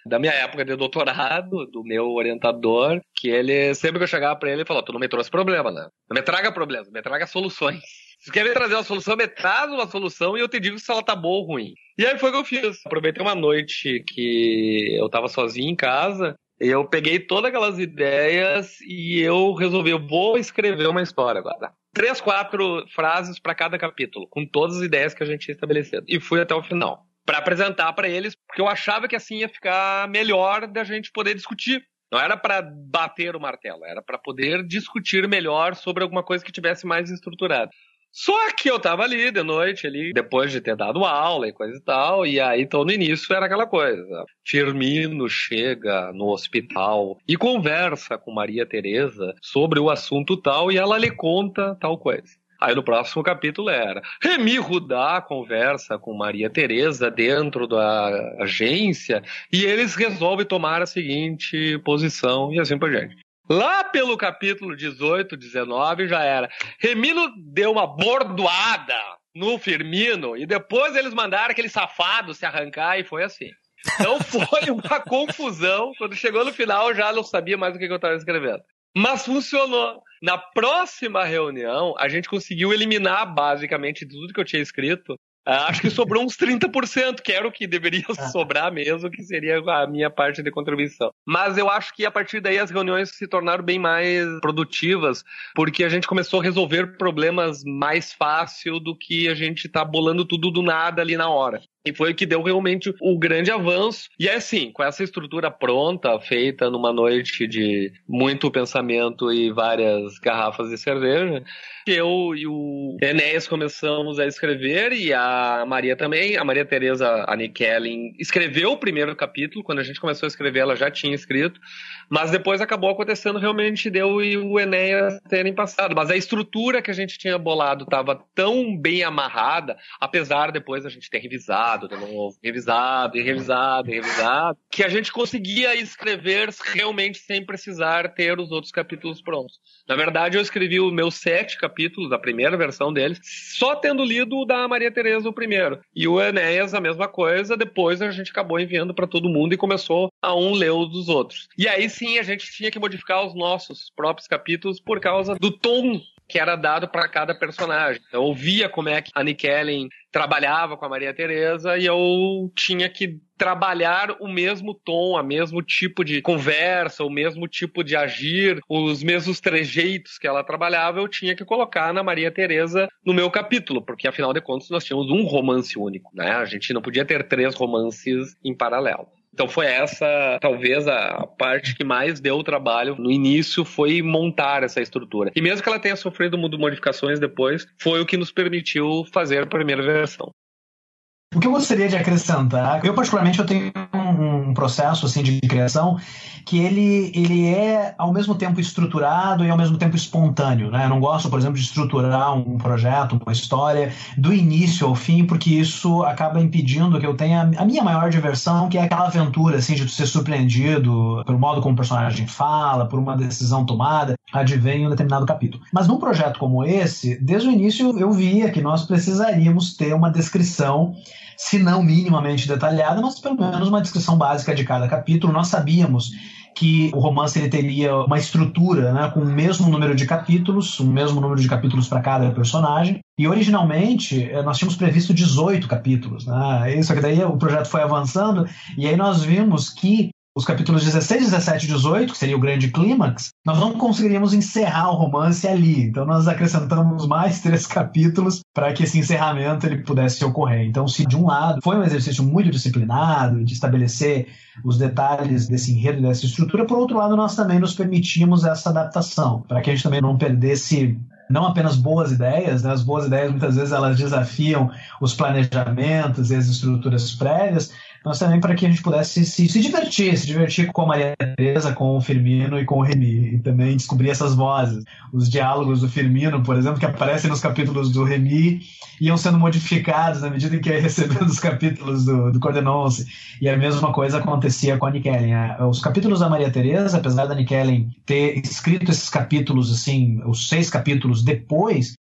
da minha época de doutorado, do meu orientador, que ele, sempre que eu chegava pra ele, ele falou, tu não me trouxe problema, né? Não me traga problemas, me traga soluções. Se tu quer me trazer uma solução, me traz uma solução e eu te digo se ela tá boa ou ruim. E aí foi o que eu fiz. Aproveitei uma noite que eu tava sozinho em casa, eu peguei todas aquelas ideias e eu resolvi, eu vou escrever uma história agora. Três, quatro frases para cada capítulo, com todas as ideias que a gente tinha estabelecido. E fui até o final, para apresentar para eles, porque eu achava que assim ia ficar melhor da gente poder discutir. Não era para bater o martelo, era para poder discutir melhor sobre alguma coisa que tivesse mais estruturada. Só que eu tava ali de noite, ali, depois de ter dado aula e coisa e tal, e aí, então, no início era aquela coisa. Firmino chega no hospital e conversa com Maria Teresa sobre o assunto tal, e ela lhe conta tal coisa. Aí no próximo capítulo era Remy Rudá conversa com Maria Teresa dentro da agência e eles resolvem tomar a seguinte posição e assim por diante. Lá pelo capítulo dezoito, dezenove já era Remino deu uma bordoada no Firmino e depois eles mandaram aquele safado se arrancar e foi assim. Então foi uma confusão. Quando chegou no final eu já não sabia mais o que eu estava escrevendo. Mas funcionou. Na próxima reunião, a gente conseguiu eliminar basicamente tudo que eu tinha escrito. Acho que sobrou uns trinta por cento, que era o que deveria sobrar mesmo, que seria a minha parte de contribuição. Mas eu acho que a partir daí as reuniões se tornaram bem mais produtivas, porque a gente começou a resolver problemas mais fácil do que a gente tá bolando tudo do nada ali na hora. E foi o que deu realmente o grande avanço. E é assim, com essa estrutura pronta, feita numa noite de muito pensamento e várias garrafas de cerveja, eu e o Enéas começamos a escrever, e a Maria também. A Maria Teresa, a Nikellen, escreveu o primeiro capítulo. Quando a gente começou a escrever, ela já tinha escrito. Mas depois acabou acontecendo realmente de eu e o Enéas terem passado. Mas a estrutura que a gente tinha bolado estava tão bem amarrada, apesar depois a gente ter revisado, de novo, revisado e revisado e revisado, que a gente conseguia escrever realmente sem precisar ter os outros capítulos prontos. Na verdade, eu escrevi os meus sete capítulos, a primeira versão deles, só tendo lido o da Maria Teresa o primeiro. E o Enéas, a mesma coisa, depois a gente acabou enviando para todo mundo e começou a um ler os dos outros. E aí sim, a gente tinha que modificar os nossos próprios capítulos por causa do tom que era dado para cada personagem. Eu ouvia como é que a Nikellen trabalhava com a Maria Teresa e eu tinha que trabalhar o mesmo tom, o mesmo tipo de conversa, o mesmo tipo de agir, os mesmos trejeitos que ela trabalhava, eu tinha que colocar na Maria Teresa no meu capítulo, porque afinal de contas nós tínhamos um romance único, né? A gente não podia ter três romances em paralelo. Então foi essa, talvez, a parte que mais deu trabalho no início, foi montar essa estrutura. E mesmo que ela tenha sofrido modificações depois, foi o que nos permitiu fazer a primeira versão. O que eu gostaria de acrescentar, eu particularmente eu tenho um, um processo assim, de criação que ele, ele é ao mesmo tempo estruturado e ao mesmo tempo espontâneo, né? Eu não gosto, por exemplo, de estruturar um projeto, uma história do início ao fim, porque isso acaba impedindo que eu tenha a minha maior diversão, que é aquela aventura assim, de ser surpreendido pelo modo como o personagem fala, por uma decisão tomada, advém em um determinado capítulo. Mas num projeto como esse, desde o início eu via que nós precisaríamos ter uma descrição, se não minimamente detalhada, mas pelo menos uma descrição básica de cada capítulo. Nós sabíamos que o romance ele teria uma estrutura, né, com o mesmo número de capítulos, o mesmo número de capítulos para cada personagem. E originalmente nós tínhamos previsto dezoito capítulos, né? Isso que daí o projeto foi avançando e aí nós vimos que os capítulos dezesseis, dezessete e dezoito, que seria o grande clímax, nós não conseguiríamos encerrar o romance ali. Então nós acrescentamos mais três capítulos para que esse encerramento ele pudesse ocorrer. Então, se de um lado foi um exercício muito disciplinado de estabelecer os detalhes desse enredo, dessa estrutura, por outro lado nós também nos permitimos essa adaptação, para que a gente também não perdesse não apenas boas ideias, né? As boas ideias muitas vezes elas desafiam os planejamentos e as estruturas prévias, mas também para que a gente pudesse se, se divertir, se divertir com a Maria Teresa, com o Firmino e com o Remy, e também descobrir essas vozes. Os diálogos do Firmino, por exemplo, que aparecem nos capítulos do Remy, iam sendo modificados na medida em que ia recebendo os capítulos do, do Cordenonce, e a mesma coisa acontecia com a Nikellen. Os capítulos da Maria Teresa, apesar da Nikellen ter escrito esses capítulos, assim, os seis capítulos depois,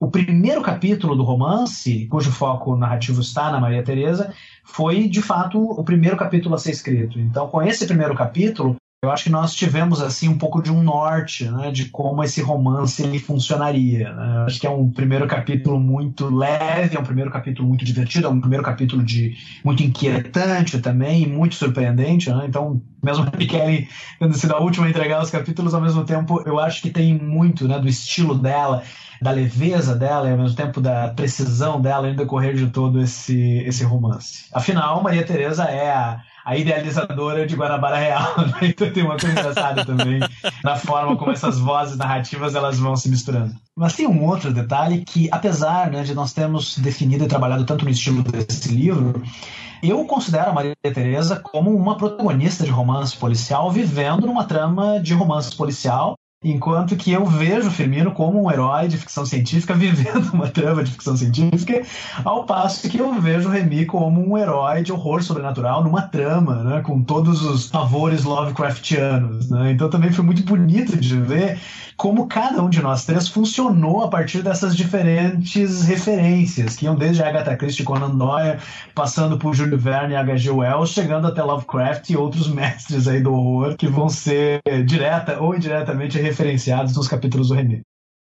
O primeiro capítulo do romance, cujo foco narrativo está na Maria Teresa, foi, de fato, o primeiro capítulo a ser escrito. Então, com esse primeiro capítulo, eu acho que nós tivemos assim um pouco de um norte, né, de como esse romance ele funcionaria. Né? Eu acho que é um primeiro capítulo muito leve, é um primeiro capítulo muito divertido, é um primeiro capítulo de, muito inquietante também, e muito surpreendente. Né? Então, mesmo que Kelly tendo sido a última a entregar os capítulos, ao mesmo tempo, eu acho que tem muito, né, do estilo dela, da leveza dela e ao mesmo tempo da precisão dela no decorrer de todo esse, esse romance. Afinal, Maria Teresa é a a idealizadora de Guanabara Real, né? Então tem uma coisa engraçada também na forma como essas vozes narrativas elas vão se misturando. Mas tem um outro detalhe que, apesar, né, de nós termos definido e trabalhado tanto no estilo desse livro, eu considero a Maria Teresa como uma protagonista de romance policial vivendo numa trama de romance policial, enquanto que eu vejo Firmino como um herói de ficção científica vivendo uma trama de ficção científica, ao passo que eu vejo Remy como um herói de horror sobrenatural numa trama, né, com todos os favores Lovecraftianos. Né? Então também foi muito bonito de ver como cada um de nós três funcionou a partir dessas diferentes referências, que iam desde Agatha Christie e Conan Doyle, passando por Júlio Verne e H G Wells, chegando até Lovecraft e outros mestres aí do horror que vão ser direta ou indiretamente referenciados nos capítulos do Remy.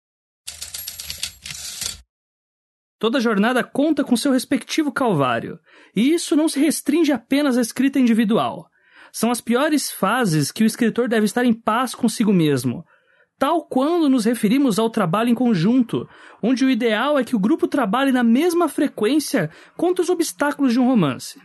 Toda jornada conta com seu respectivo calvário, e isso não se restringe apenas à escrita individual. São as piores fases que o escritor deve estar em paz consigo mesmo, tal quando nos referimos ao trabalho em conjunto, onde o ideal é que o grupo trabalhe na mesma frequência contra os obstáculos de um romance.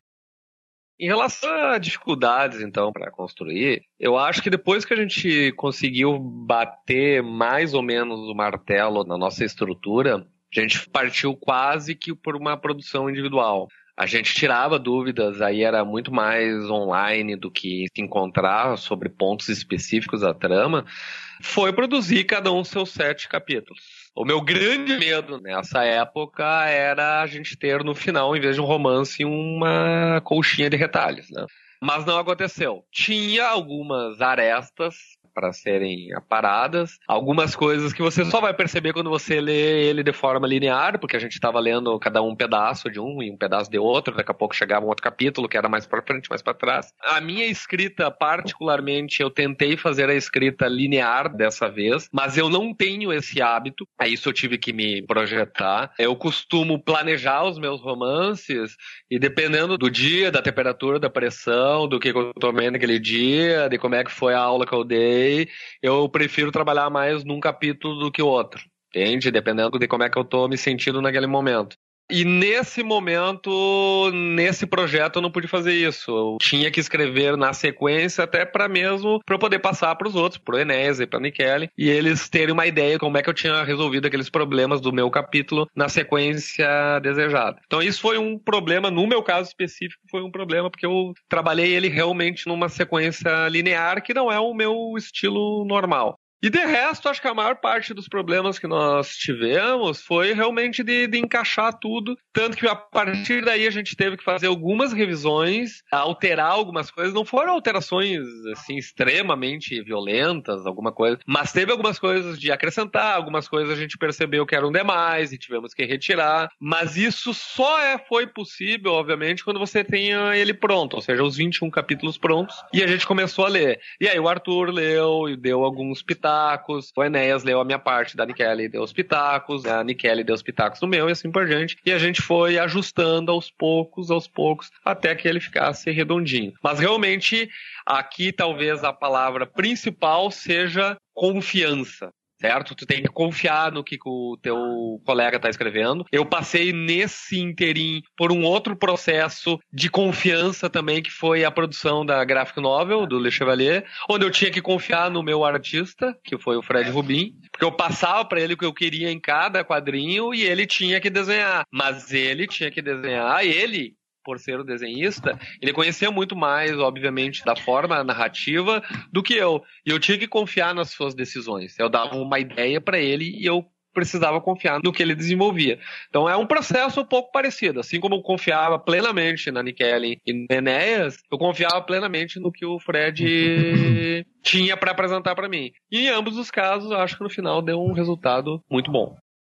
Em relação a dificuldades, então, para construir, eu acho que depois que a gente conseguiu bater mais ou menos o martelo na nossa estrutura, a gente partiu quase que por uma produção individual. A gente tirava dúvidas, aí era muito mais online do que se encontrar sobre pontos específicos da trama. Foi produzir cada um seus sete capítulos. O meu grande medo nessa época era a gente ter no final, em vez de um romance, uma colchinha de retalhos, né? Mas não aconteceu. Tinha algumas arestas para serem aparadas, algumas coisas que você só vai perceber quando você lê ele de forma linear, porque a gente estava lendo cada um pedaço de um e um pedaço de outro, daqui a pouco chegava um outro capítulo que era mais para frente, mais para trás. A minha escrita, particularmente, eu tentei fazer a escrita linear dessa vez, mas eu não tenho esse hábito, a isso eu tive que me projetar. Eu costumo planejar os meus romances e dependendo do dia, da temperatura, da pressão, do que eu tomei naquele dia, de como é que foi a aula que eu dei, eu prefiro trabalhar mais num capítulo do que o outro, entende? Dependendo de como é que eu tô me sentindo naquele momento. E nesse momento, nesse projeto, eu não pude fazer isso. Eu tinha que escrever na sequência, até para mesmo para eu poder passar para os outros, para o Enéas e para a Nikele, e eles terem uma ideia de como é que eu tinha resolvido aqueles problemas do meu capítulo na sequência desejada. Então isso foi um problema, no meu caso específico, foi um problema, porque eu trabalhei ele realmente numa sequência linear, que não é o meu estilo normal. E de resto, acho que a maior parte dos problemas que nós tivemos foi realmente de, de encaixar tudo. Tanto que a partir daí a gente teve que fazer algumas revisões, alterar algumas coisas. Não foram alterações assim extremamente violentas, alguma coisa. Mas teve algumas coisas de acrescentar, algumas coisas a gente percebeu que eram demais e tivemos que retirar. Mas isso só é, foi possível, obviamente, quando você tenha ele pronto. Ou seja, os vinte e um capítulos prontos. E a gente começou a ler. E aí o Arthur leu e deu alguns pitacos. O Enéas leu a minha parte, da Nikele deu os pitacos, a Nikele deu os pitacos no meu e assim por diante. E a gente foi ajustando aos poucos, aos poucos, até que ele ficasse redondinho. Mas realmente, aqui talvez a palavra principal seja confiança. Certo? Tu tem que confiar no que o teu colega está escrevendo. Eu passei nesse interim por um outro processo de confiança também, que foi a produção da graphic novel, do Le Chevalier, onde eu tinha que confiar no meu artista, que foi o Fred Rubin, porque eu passava para ele o que eu queria em cada quadrinho e ele tinha que desenhar. Mas ele tinha que desenhar, ele... por ser o desenhista, ele conhecia muito mais, obviamente, da forma narrativa do que eu. E eu tinha que confiar nas suas decisões. Eu dava uma ideia para ele e eu precisava confiar no que ele desenvolvia. Então é um processo um pouco parecido. Assim como eu confiava plenamente na Nikele e no Enéas, eu confiava plenamente no que o Fred tinha para apresentar para mim. E em ambos os casos, eu acho que no final deu um resultado muito bom.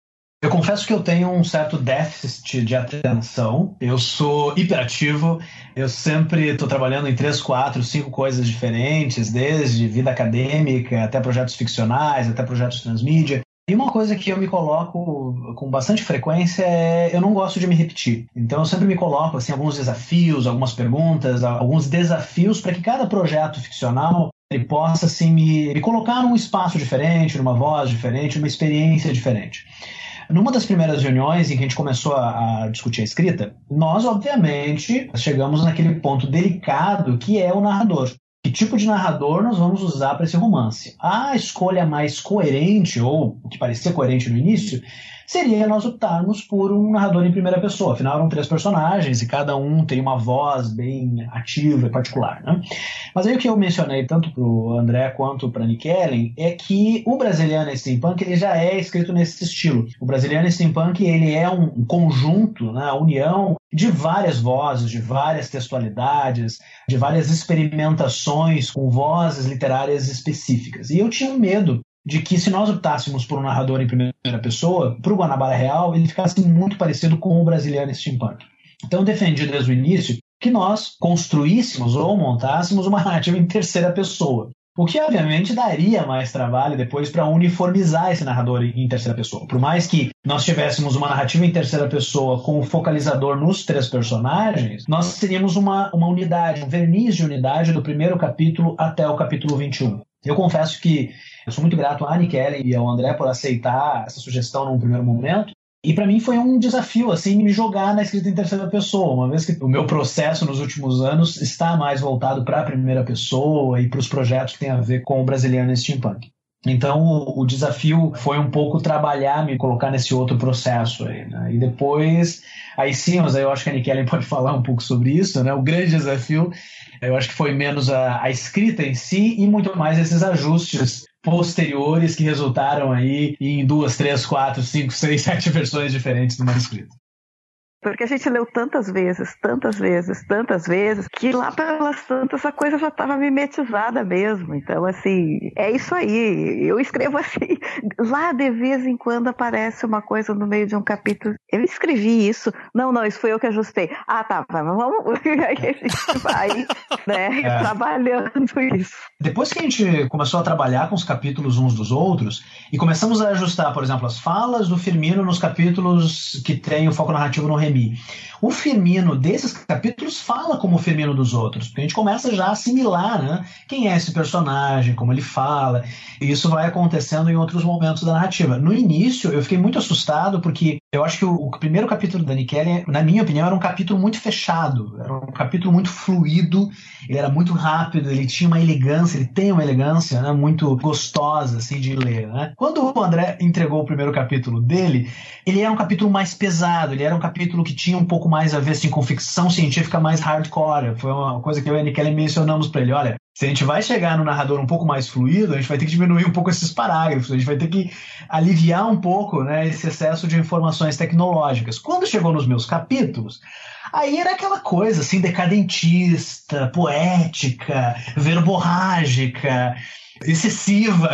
Eu confesso que eu tenho um certo déficit de atenção. Eu sou hiperativo. Eu sempre estou trabalhando em três, quatro, cinco coisas diferentes, desde vida acadêmica até projetos ficcionais, até projetos transmídia. E uma coisa que eu me coloco com bastante frequência é eu não gosto de me repetir. Então eu sempre me coloco assim, alguns desafios, algumas perguntas, alguns desafios para que cada projeto ficcional ele possa assim, me, me colocar num espaço diferente, numa voz diferente, numa experiência diferente. Numa das primeiras reuniões em que a gente começou a, a discutir a escrita, nós, obviamente, chegamos naquele ponto delicado que é o narrador. Que tipo de narrador nós vamos usar para esse romance? A escolha mais coerente, ou o que parecia coerente no início, seria nós optarmos por um narrador em primeira pessoa. Afinal, eram três personagens e cada um tem uma voz bem ativa e particular, né? Mas aí o que eu mencionei tanto para o André quanto para a Annie Kellen é que o Brasiliana Steampunk ele já é escrito nesse estilo. O Brasiliana Steampunk ele é um conjunto, né, a união de várias vozes, de várias textualidades, de várias experimentações com vozes literárias específicas. E eu tinha medo de que se nós optássemos por um narrador em primeira pessoa, para o Guanabara Real, ele ficasse muito parecido com o Brasiliana Steampunk. Então eu defendi desde o início que nós construíssemos ou montássemos uma narrativa em terceira pessoa. O que, obviamente, daria mais trabalho depois para uniformizar esse narrador em terceira pessoa. Por mais que nós tivéssemos uma narrativa em terceira pessoa com o focalizador nos três personagens, nós teríamos uma, uma unidade, um verniz de unidade do primeiro capítulo até o capítulo vinte e um. Eu confesso que eu sou muito grato à Annie Kellen e ao André por aceitar essa sugestão num primeiro momento. E para mim foi um desafio assim, me jogar na escrita em terceira pessoa, uma vez que o meu processo nos últimos anos está mais voltado para a primeira pessoa e para os projetos que têm a ver com o Brasiliana Steampunk. Então o, o desafio foi um pouco trabalhar, me colocar nesse outro processo aí, né? E depois, aí sim, mas aí eu acho que a Annie Kellen pode falar um pouco sobre isso, né? O grande desafio, eu acho que foi menos a, a escrita em si e muito mais esses ajustes posteriores que resultaram aí em duas, três, quatro, cinco, seis, sete versões diferentes do manuscrito. Porque a gente leu tantas vezes, tantas vezes, tantas vezes, que lá pelas tantas a coisa já estava mimetizada mesmo. Então, assim, é isso aí. Eu escrevo assim, lá de vez em quando aparece uma coisa no meio de um capítulo. Eu escrevi isso. Não, não, isso foi eu que ajustei. Ah, tá, vamos. Aí a gente vai, né, é. trabalhando isso. Depois que a gente começou a trabalhar com os capítulos uns dos outros e começamos a ajustar, por exemplo, as falas do Firmino nos capítulos que tem o foco narrativo no Remy. O Firmino desses capítulos fala como o Firmino dos outros, porque a gente começa já a assimilar, né, quem é esse personagem, como ele fala, e isso vai acontecendo em outros momentos da narrativa. No início, eu fiquei muito assustado, porque eu acho que o, o primeiro capítulo da Annie Kellen, na minha opinião, era um capítulo muito fechado, era um capítulo muito fluido, ele era muito rápido, ele tinha uma elegância, ele tem uma elegância, né, muito gostosa assim, de ler. Né? Quando o André entregou o primeiro capítulo dele, ele era um capítulo mais pesado, ele era um capítulo que tinha um pouco mais a ver assim, com ficção científica mais hardcore. Foi uma coisa que eu e a Annie Kellen mencionamos para ele, olha, se a gente vai chegar no narrador um pouco mais fluido, a gente vai ter que diminuir um pouco esses parágrafos, a gente vai ter que aliviar um pouco, né, esse excesso de informações tecnológicas. Quando chegou nos meus capítulos, aí era aquela coisa assim, decadentista, poética, verborrágica, excessiva.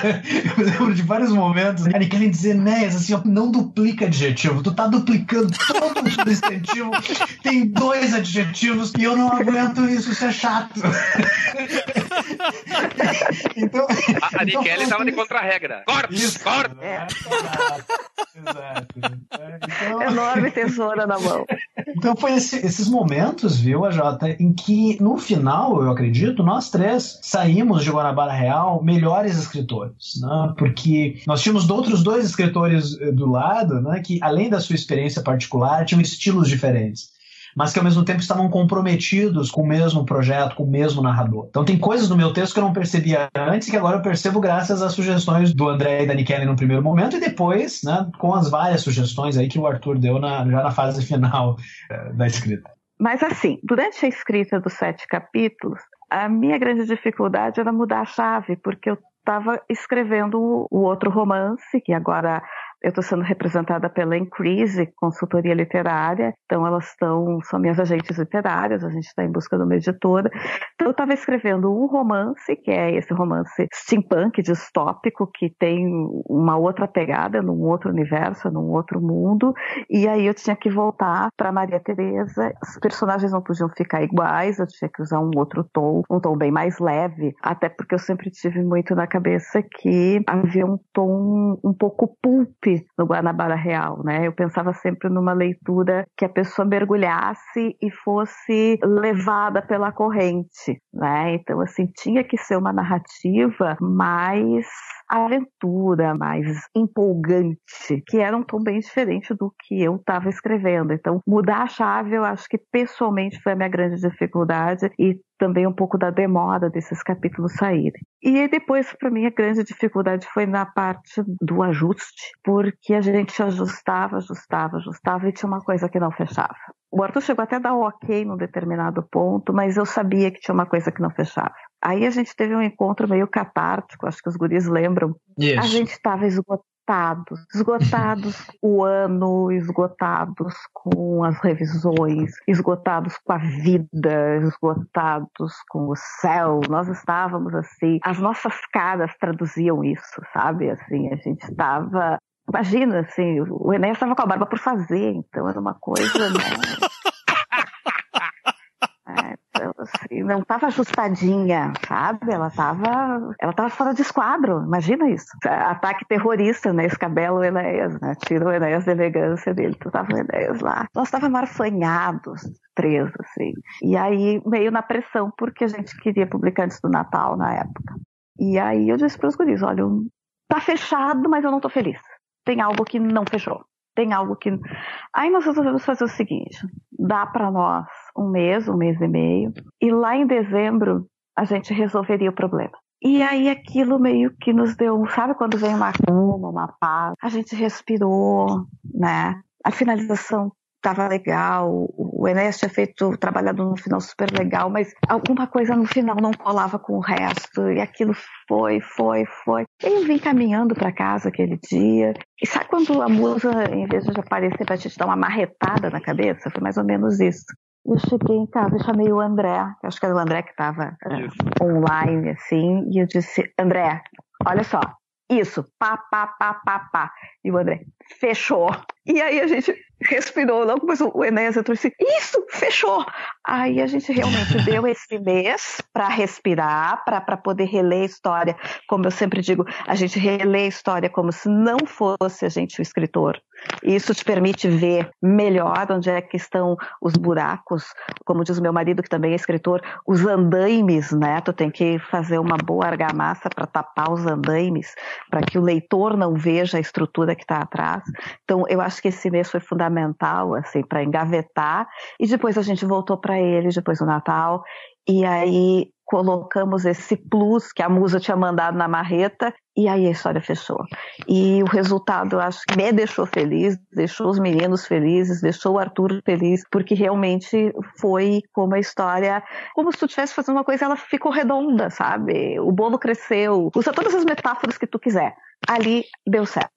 Eu lembro de vários momentos, né, querem dizer, né, assim, ó, não duplica adjetivo, tu tá duplicando todo o substantivo, tem dois adjetivos e eu não aguento isso, isso é chato. Então, a Annie Kellen estava de contra-regra. Corta! Isso, corta! É. Exato. Então, enorme tesoura na mão. Então foi esse, esses momentos, viu, A J, em que no final, eu acredito, nós três saímos de Guanabara Real melhores escritores, né? Porque nós tínhamos outros dois escritores do lado, né, que além da sua experiência particular, tinham estilos diferentes, mas que ao mesmo tempo estavam comprometidos com o mesmo projeto, com o mesmo narrador. Então tem coisas no meu texto que eu não percebia antes e que agora eu percebo graças às sugestões do André e da Annie Kellen no primeiro momento e depois, né, com as várias sugestões aí que o Arthur deu na, já na fase final é, da escrita. Mas assim, durante a escrita dos sete capítulos, a minha grande dificuldade era mudar a chave, porque eu estava escrevendo o outro romance, que agora eu estou sendo representada pela Increase, consultoria literária, então elas estão, são minhas agentes literárias, a gente está em busca de uma editora. Então eu estava escrevendo um romance, que é esse romance steampunk, distópico, que tem uma outra pegada, num outro universo, num outro mundo, e aí eu tinha que voltar para Maria Teresa. Os personagens não podiam ficar iguais, eu tinha que usar um outro tom, um tom bem mais leve, até porque eu sempre tive muito na cabeça que havia um tom um pouco pulp no Guanabara Real, né? Eu pensava sempre numa leitura que a pessoa mergulhasse e fosse levada pela corrente, né? Então, assim, tinha que ser uma narrativa mais aventura, mais empolgante, que era um tom bem diferente do que eu estava escrevendo. Então, mudar a chave, eu acho que pessoalmente foi a minha grande dificuldade e também um pouco da demora desses capítulos saírem. E aí depois, para mim, a grande dificuldade foi na parte do ajuste, porque a gente ajustava, ajustava, ajustava e tinha uma coisa que não fechava. O Arthur chegou até a dar ok num determinado ponto, mas eu sabia que tinha uma coisa que não fechava. Aí a gente teve um encontro meio catártico, acho que os guris lembram. Isso. A gente estava esgotados, esgotados o ano, esgotados com as revisões, esgotados com a vida, esgotados com o céu. Nós estávamos assim, as nossas caras traduziam isso, sabe? Assim, a gente estava... Imagina, assim, o Enéas estava com a barba por fazer, então era uma coisa, né? É, então, assim, não estava ajustadinha, sabe? Ela estava ela tava fora de esquadro, imagina isso. Ataque terrorista, né? Escabela o Enéas, né? Tira o Enéas da elegância dele, tu tava o Enéas lá. Nós estávamos arfanhados, três, assim. E aí, meio na pressão, porque a gente queria publicar antes do Natal, na época. E aí eu disse para os guris, olha, tá fechado, mas eu não tô feliz. Tem algo que não fechou. Tem algo que... Aí nós resolvemos fazer o seguinte, dá para nós um mês, um mês e meio, e lá em dezembro a gente resolveria o problema. E aí aquilo meio que nos deu, sabe quando vem uma calma, uma paz, a gente respirou, né? A finalização estava legal, o Enéas tinha feito, trabalhado no final super legal, mas alguma coisa no final não colava com o resto, e aquilo foi, foi, foi. E eu vim caminhando para casa aquele dia, e sabe quando a musa, em vez de aparecer para te dar uma marretada na cabeça, foi mais ou menos isso. Eu cheguei em casa e chamei o André, acho que era o André que estava uh, online, assim, e eu disse, André, olha só, isso, pá, pá, pá, pá, pá. E o André, fechou. E aí a gente respirou, logo depois o Enéas entrou assim, isso, fechou. Aí a gente realmente deu esse mês para respirar, para poder reler a história. Como eu sempre digo, a gente relê a história como se não fosse a gente o escritor. E isso te permite ver melhor onde é que estão os buracos, como diz o meu marido, que também é escritor, os andaimes, né? Tu tem que fazer uma boa argamassa para tapar os andaimes, para que o leitor não veja a estrutura que está atrás. Então, eu acho que esse mês foi fundamental, assim, para engavetar, e depois a gente voltou para ele, depois do Natal, e aí colocamos esse plus que a musa tinha mandado na marreta, e aí a história fechou. E o resultado, eu acho que me deixou feliz, deixou os meninos felizes, deixou o Arthur feliz, porque realmente foi como a história, como se tu estivesse fazendo uma coisa, ela ficou redonda, sabe? O bolo cresceu, usa todas as metáforas que tu quiser. Ali deu certo.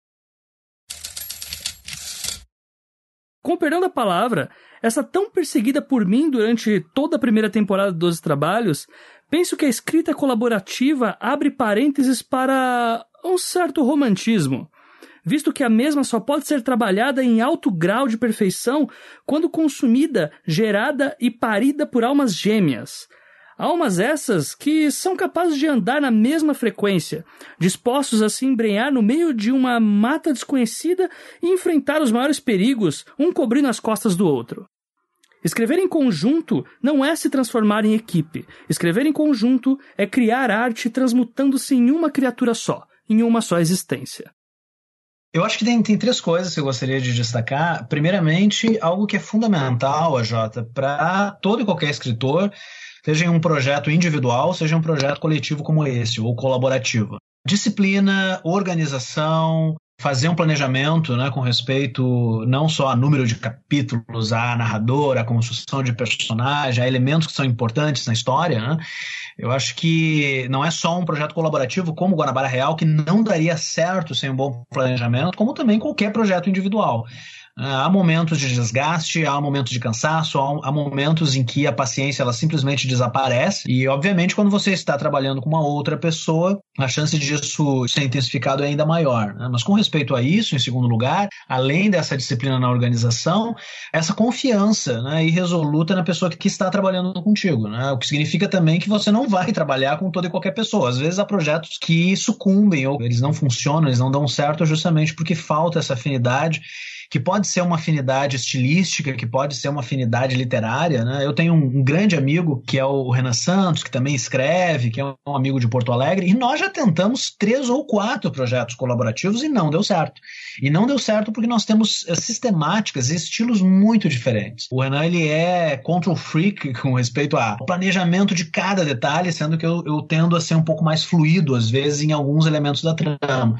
Com o perdão da palavra, essa tão perseguida por mim durante toda a primeira temporada de doze Trabalhos, penso que a escrita colaborativa abre parênteses para um certo romantismo, visto que a mesma só pode ser trabalhada em alto grau de perfeição quando consumida, gerada e parida por almas gêmeas. Almas essas que são capazes de andar na mesma frequência, dispostos a se embrenhar no meio de uma mata desconhecida e enfrentar os maiores perigos, um cobrindo as costas do outro. Escrever em conjunto não é se transformar em equipe. Escrever em conjunto é criar arte transmutando-se em uma criatura só, em uma só existência. Eu acho que tem, tem três coisas que eu gostaria de destacar. Primeiramente, algo que é fundamental, A J, para todo e qualquer escritor, seja em um projeto individual, seja em um projeto coletivo como esse, ou colaborativo. Disciplina, organização, fazer um planejamento, né, com respeito não só a número de capítulos, a narrador, a construção de personagem, a elementos que são importantes na história, né? Eu acho que não é só um projeto colaborativo como o Guanabara Real que não daria certo sem um bom planejamento, como também qualquer projeto individual. Há momentos de desgaste, há momentos de cansaço, há momentos em que a paciência ela simplesmente desaparece e, obviamente, quando você está trabalhando com uma outra pessoa, a chance disso ser intensificado é ainda maior, né? Mas com respeito a isso, em segundo lugar, além dessa disciplina na organização, essa confiança, né, irresoluta na pessoa que está trabalhando contigo, né? O que significa também que você não vai trabalhar com toda e qualquer pessoa. Às vezes há projetos que sucumbem ou eles não funcionam, eles não dão certo justamente porque falta essa afinidade, que pode ser uma afinidade estilística, que pode ser uma afinidade literária, né? Eu tenho um, um grande amigo, que é o Renan Santos, que também escreve, que é um amigo de Porto Alegre, e nós já tentamos três ou quatro projetos colaborativos e não deu certo. E não deu certo porque nós temos uh, sistemáticas e estilos muito diferentes. O Renan, ele é control freak com respeito ao planejamento de cada detalhe, sendo que eu, eu tendo a ser um pouco mais fluido, às vezes, em alguns elementos da trama.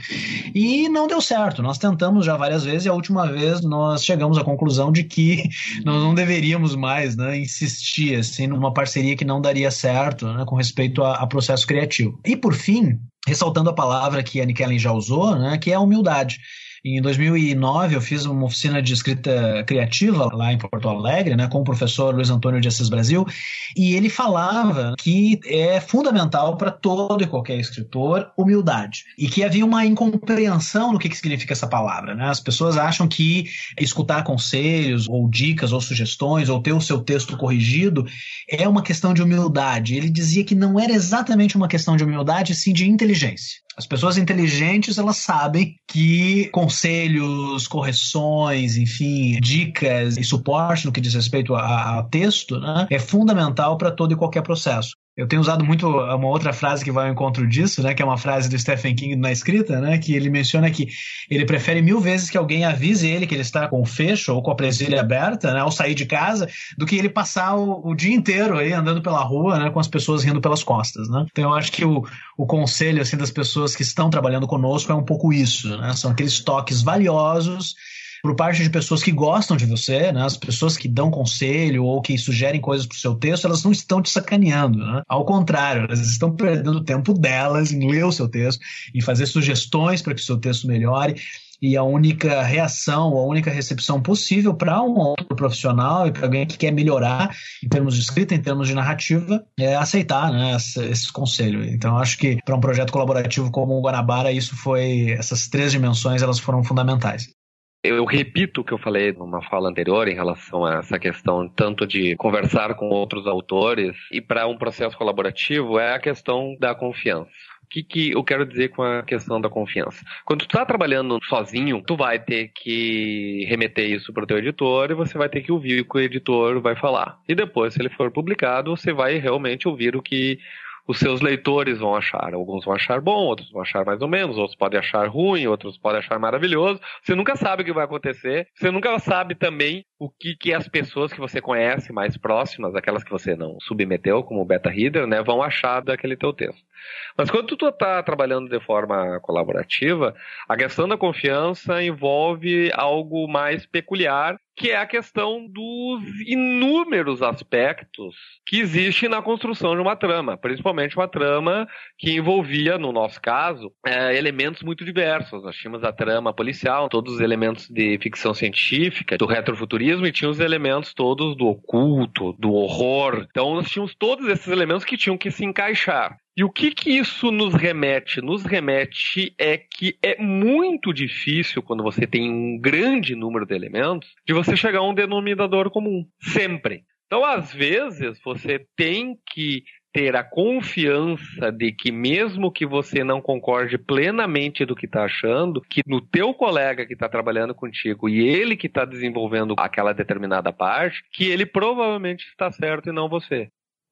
E não deu certo. Nós tentamos já várias vezes e a última vez vez nós chegamos à conclusão de que nós não deveríamos mais, né, insistir assim, numa parceria que não daria certo, né, com respeito a, a processo criativo. E por fim, ressaltando a palavra que a Nikellen já usou, né, que é a humildade. Em dois mil e nove eu fiz uma oficina de escrita criativa lá em Porto Alegre, né, com o professor Luiz Antônio de Assis Brasil, e ele falava que é fundamental para todo e qualquer escritor humildade, e que havia uma incompreensão do que, que significa essa palavra, né? As pessoas acham que escutar conselhos ou dicas ou sugestões ou ter o seu texto corrigido é uma questão de humildade. Ele dizia que não era exatamente uma questão de humildade, sim de inteligência. As pessoas inteligentes, elas sabem que conselhos, correções, enfim, dicas e suporte no que diz respeito a, a texto, né, é fundamental para todo e qualquer processo. Eu tenho usado muito uma outra frase que vai ao encontro disso, né, que é uma frase do Stephen King na escrita, né, que ele menciona que ele prefere mil vezes que alguém avise ele que ele está com o fecho ou com a presilha aberta, né, ao sair de casa, do que ele passar o, o dia inteiro aí andando pela rua, né, com as pessoas rindo pelas costas, né. Então eu acho que o, o conselho assim, das pessoas que estão trabalhando conosco é um pouco isso, né, são aqueles toques valiosos por parte de pessoas que gostam de você, né? As pessoas que dão conselho ou que sugerem coisas para o seu texto, elas não estão te sacaneando, né? Ao contrário, elas estão perdendo o tempo delas em ler o seu texto, em fazer sugestões para que o seu texto melhore. E a única reação, a única recepção possível para um outro profissional e para alguém que quer melhorar em termos de escrita, em termos de narrativa, é aceitar, né, esses conselhos. Então, acho que para um projeto colaborativo como o Guanabara, isso foi, essas três dimensões, elas foram fundamentais. Eu repito o que eu falei numa fala anterior em relação a essa questão tanto de conversar com outros autores e para um processo colaborativo é a questão da confiança. O que, que eu quero dizer com a questão da confiança? Quando tu tá trabalhando sozinho, tu vai ter que remeter isso para o teu editor e você vai ter que ouvir o que o editor vai falar. E depois, se ele for publicado, você vai realmente ouvir o que os seus leitores vão achar. Alguns vão achar bom, outros vão achar mais ou menos, outros podem achar ruim, outros podem achar maravilhoso. Você nunca sabe o que vai acontecer. Você nunca sabe também o que, que as pessoas que você conhece mais próximas, aquelas que você não submeteu como beta reader, né, vão achar daquele teu texto. Mas quando tu está trabalhando de forma colaborativa, a questão da confiança envolve algo mais peculiar, que é a questão dos inúmeros aspectos que existem na construção de uma trama, principalmente uma trama que envolvia, no nosso caso, é, elementos muito diversos. Nós tínhamos a trama policial, todos os elementos de ficção científica, do retrofuturismo, e tínhamos os elementos todos do oculto, do horror. Então nós tínhamos todos esses elementos que tinham que se encaixar. E o que que isso nos remete? Nos remete é que é muito difícil, quando você tem um grande número de elementos, de você chegar a um denominador comum. Sempre. Então, às vezes, você tem que ter a confiança de que, mesmo que você não concorde plenamente do que está achando, que no teu colega que está trabalhando contigo e ele que está desenvolvendo aquela determinada parte, que ele provavelmente está certo e não você.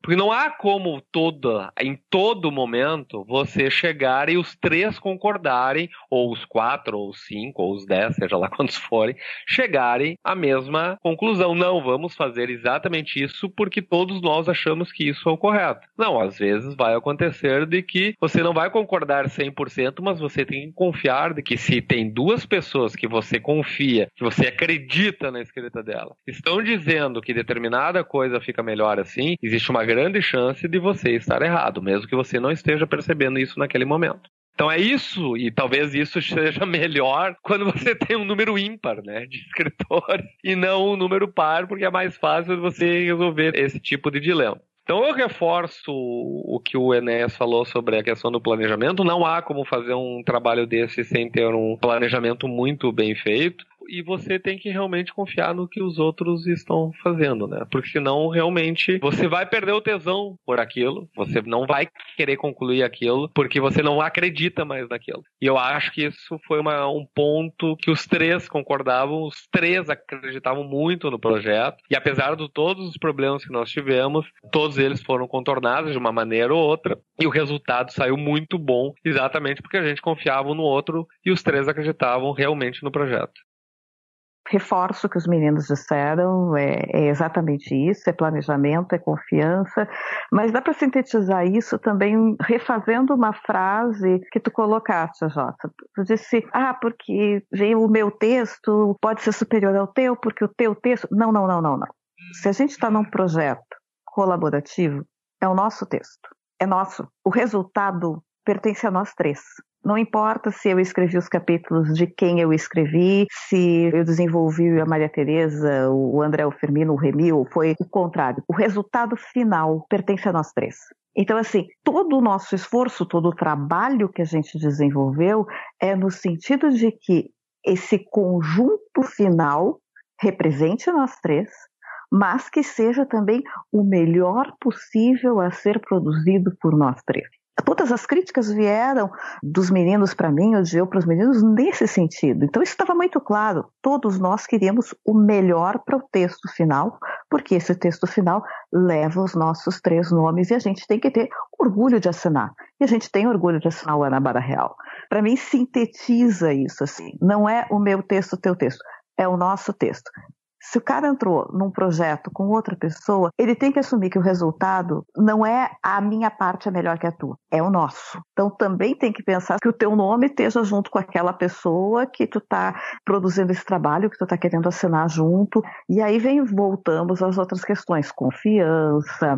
Porque não há como toda, em todo momento você chegar e os três concordarem, ou os quatro, ou os cinco, ou os dez, seja lá quantos forem, chegarem à mesma conclusão. Não, vamos fazer exatamente isso porque todos nós achamos que isso é o correto. Não, às vezes vai acontecer de que você não vai concordar cem por cento, mas você tem que confiar de que se tem duas pessoas que você confia, que você acredita na escrita dela, estão dizendo que determinada coisa fica melhor assim, existe uma grande chance de você estar errado, mesmo que você não esteja percebendo isso naquele momento. Então é isso, e talvez isso seja melhor quando você tem um número ímpar, né, de escritores, e não um número par, porque é mais fácil você resolver esse tipo de dilema. Então eu reforço o que o Enéas falou sobre a questão do planejamento. Não há como fazer um trabalho desse sem ter um planejamento muito bem feito. E você tem que realmente confiar no que os outros estão fazendo, né? Porque senão, realmente, você vai perder o tesão por aquilo, você não vai querer concluir aquilo, porque você não acredita mais naquilo. E eu acho que isso foi uma, um ponto que os três concordavam, os três acreditavam muito no projeto, e apesar de todos os problemas que nós tivemos, todos eles foram contornados de uma maneira ou outra, e o resultado saiu muito bom, exatamente porque a gente confiava um no outro, e os três acreditavam realmente no projeto. Reforço o que os meninos disseram, é, é exatamente isso, é planejamento, é confiança, mas dá para sintetizar isso também refazendo uma frase que tu colocaste, Jota. Tu disse, ah, porque veio o meu texto, pode ser superior ao teu, porque o teu texto... Não, não, não, não, não. Se a gente está num projeto colaborativo, é o nosso texto, é nosso. O resultado pertence a nós três. Não importa se eu escrevi os capítulos de quem eu escrevi, se eu desenvolvi a Maria Tereza, o André, o Firmino, o Remy, ou foi o contrário. O resultado final pertence a nós três. Então, assim, todo o nosso esforço, todo o trabalho que a gente desenvolveu é no sentido de que esse conjunto final represente nós três, mas que seja também o melhor possível a ser produzido por nós três. Todas as críticas vieram dos meninos para mim, ou de eu para os meninos, nesse sentido. Então isso estava muito claro. Todos nós queríamos o melhor para o texto final, porque esse texto final leva os nossos três nomes e a gente tem que ter orgulho de assinar. E a gente tem orgulho de assinar o Guanabara Real. Para mim, sintetiza isso assim. Não é o meu texto, o teu texto. É o nosso texto. Se o cara entrou num projeto com outra pessoa, ele tem que assumir que o resultado não é a minha parte é melhor que a tua, é o nosso. Então também tem que pensar que o teu nome esteja junto com aquela pessoa que tu tá produzindo esse trabalho, que tu tá querendo assinar junto. E aí vem, voltamos às outras questões, confiança,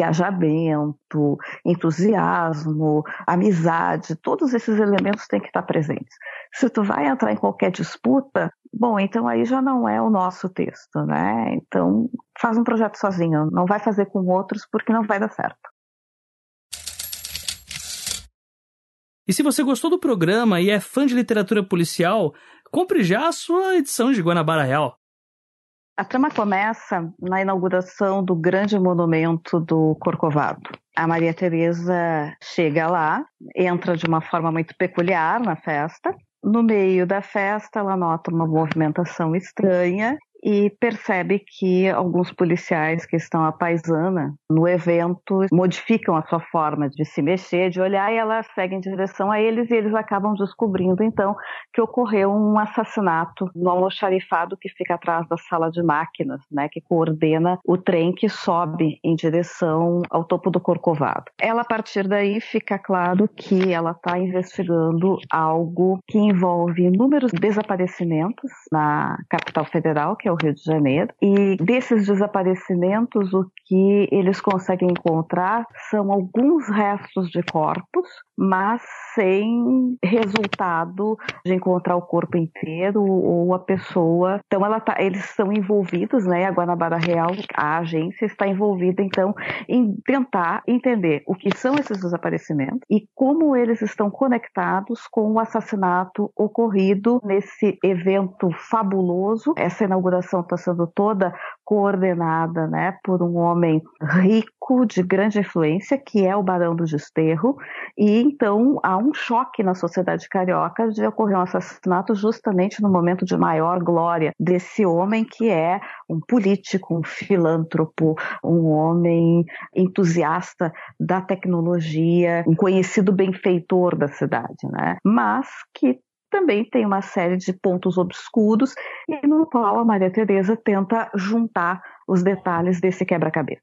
engajamento, entusiasmo, amizade, todos esses elementos têm que estar presentes. Se tu vai entrar em qualquer disputa, bom, então aí já não é o nosso texto, né? Então faz um projeto sozinho, não vai fazer com outros porque não vai dar certo. E se você gostou do programa e é fã de literatura policial, compre já a sua edição de Guanabara Real. A trama começa na inauguração do grande monumento do Corcovado. A Maria Tereza chega lá, entra de uma forma muito peculiar na festa. No meio da festa, ela nota uma movimentação estranha e percebe que alguns policiais que estão à paisana no evento modificam a sua forma de se mexer, de olhar, e ela segue em direção a eles e eles acabam descobrindo, então, que ocorreu um assassinato no almoxarifado que fica atrás da sala de máquinas, né, que coordena o trem que sobe em direção ao topo do Corcovado. Ela, a partir daí, fica claro que ela está investigando algo que envolve inúmeros desaparecimentos na capital federal, que é o Rio de Janeiro, e desses desaparecimentos o que eles conseguem encontrar são alguns restos de corpos, mas sem resultado de encontrar o corpo inteiro ou a pessoa. Então ela tá, eles estão envolvidos, né, a Guanabara Real, a agência está envolvida então em tentar entender o que são esses desaparecimentos e como eles estão conectados com o assassinato ocorrido nesse evento fabuloso. Essa inauguração está sendo toda coordenada, né, por um homem rico, de grande influência, que é o Barão do Desterro, e então há um choque na sociedade carioca de ocorrer um assassinato justamente no momento de maior glória desse homem que é um político, um filântropo, um homem entusiasta da tecnologia, um conhecido benfeitor da cidade, né? Mas que também tem uma série de pontos obscuros e no qual a Maria Teresa tenta juntar os detalhes desse quebra-cabeça.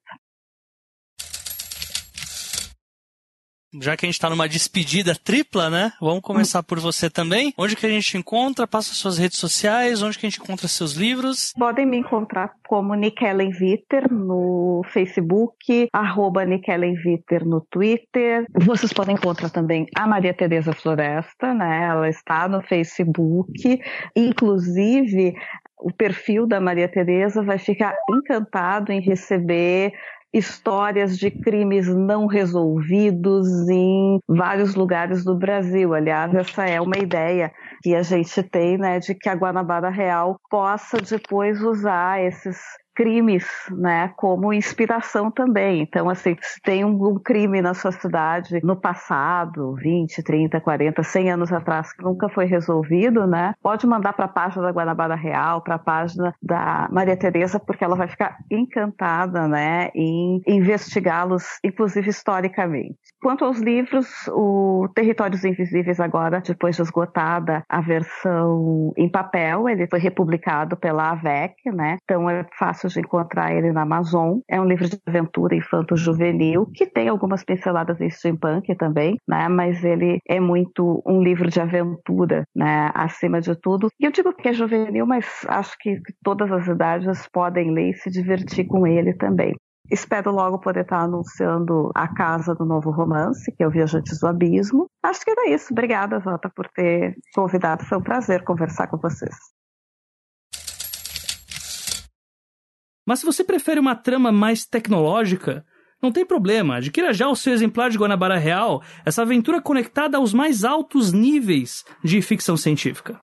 Já que a gente está numa despedida tripla, né? Vamos começar por você também. Onde que a gente encontra? Passa suas redes sociais. Onde que a gente encontra seus livros? Podem me encontrar como Nikellen Viter no Facebook, arroba Nikellen Viter no Twitter. Vocês podem encontrar também a Maria Teresa Floresta, né? Ela está no Facebook. Inclusive, o perfil da Maria Teresa vai ficar encantado em receber histórias de crimes não resolvidos em vários lugares do Brasil. Aliás, essa é uma ideia que a gente tem, né, de que a Guanabara Real possa depois usar esses crimes, né, como inspiração também. Então, assim, se tem um, um crime na sua cidade no passado, vinte, trinta, quarenta, cem anos atrás, que nunca foi resolvido, né, pode mandar para a página da Guanabara Real, para a página da Maria Teresa, porque ela vai ficar encantada, né, em investigá-los, inclusive historicamente. Quanto aos livros, o Territórios Invisíveis agora, depois de esgotada a versão em papel, ele foi republicado pela A V E C, né, então é fácil de encontrar ele na Amazon. É um livro de aventura infanto-juvenil que tem algumas pinceladas em steampunk também, né? Mas ele é muito um livro de aventura, né? Acima de tudo. E eu digo que é juvenil, mas acho que todas as idades podem ler e se divertir com ele também. Espero logo poder estar anunciando a casa do novo romance, que é o Viajantes do Abismo. Acho que era isso. Obrigada, Jota, por ter convidado. Foi um prazer conversar com vocês. Mas se você prefere uma trama mais tecnológica, não tem problema, adquira já o seu exemplar de Guanabara Real, essa aventura conectada aos mais altos níveis de ficção científica.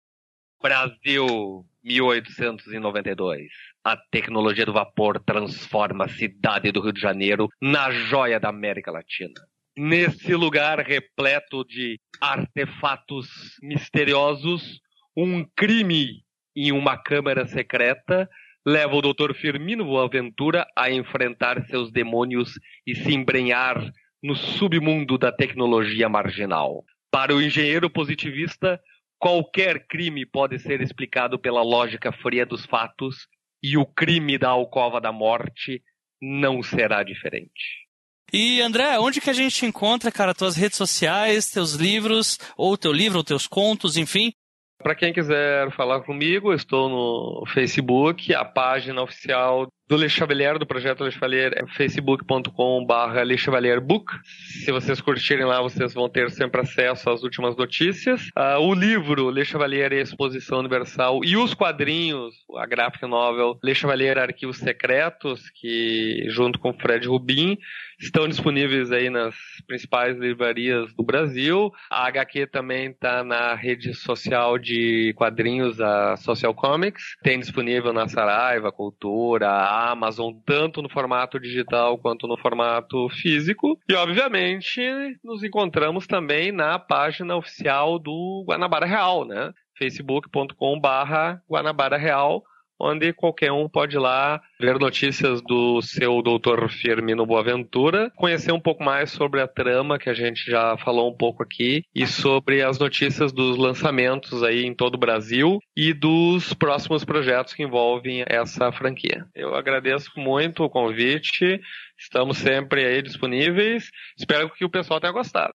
Brasil, mil oitocentos e noventa e dois. A tecnologia do vapor transforma a cidade do Rio de Janeiro na joia da América Latina. Nesse lugar repleto de artefatos misteriosos, um crime em uma câmara secreta leva o doutor Firmino Boaventura a enfrentar seus demônios e se embrenhar no submundo da tecnologia marginal. Para o engenheiro positivista, qualquer crime pode ser explicado pela lógica fria dos fatos e o crime da alcova da morte não será diferente. E, André, onde que a gente encontra, cara, tuas redes sociais, teus livros, ou teu livro, ou teus contos, enfim? Para quem quiser falar comigo, eu estou no Facebook, a página oficial do Le Chevalier, do Projeto Le Chevalier, é facebook ponto com barra Le Chevalier Book. Se vocês curtirem lá, vocês vão ter sempre acesso às últimas notícias. Uh, o livro Le Chevalier Exposição Universal e os quadrinhos, a graphic novel Le Chevalier Arquivos Secretos, que junto com Fred Rubin, estão disponíveis aí nas principais livrarias do Brasil. A agá quê também está na rede social de quadrinhos, a Social Comics. Tem disponível na Saraiva, Cultura, a Amazon, tanto no formato digital quanto no formato físico. E, obviamente, nos encontramos também na página oficial do Guanabara Real, né? facebook ponto com barra Guanabara Real, onde qualquer um pode ir lá ver notícias do seu doutor Firmino Boaventura, conhecer um pouco mais sobre a trama que a gente já falou um pouco aqui e sobre as notícias dos lançamentos aí em todo o Brasil e dos próximos projetos que envolvem essa franquia. Eu agradeço muito o convite, estamos sempre aí disponíveis, espero que o pessoal tenha gostado.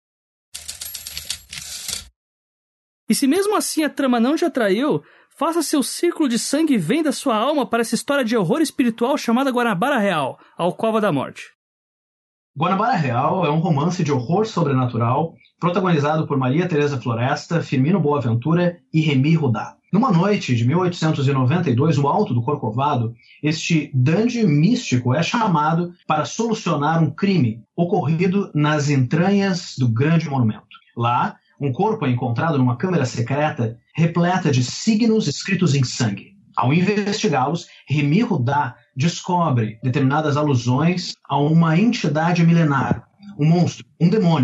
E se mesmo assim a trama não te atraiu, faça seu círculo de sangue e venda sua alma para essa história de horror espiritual chamada Guanabara Real, a Alcova da Morte. Guanabara Real é um romance de horror sobrenatural protagonizado por Maria Teresa Floresta, Firmino Boaventura e Remy Rudá. Numa noite de mil oitocentos e noventa e dois, no alto do Corcovado, este dandy místico é chamado para solucionar um crime ocorrido nas entranhas do grande monumento. Lá, um corpo é encontrado numa câmara secreta repleta de signos escritos em sangue. Ao investigá-los, Remy Rudá descobre determinadas alusões a uma entidade milenar, um monstro, um demônio,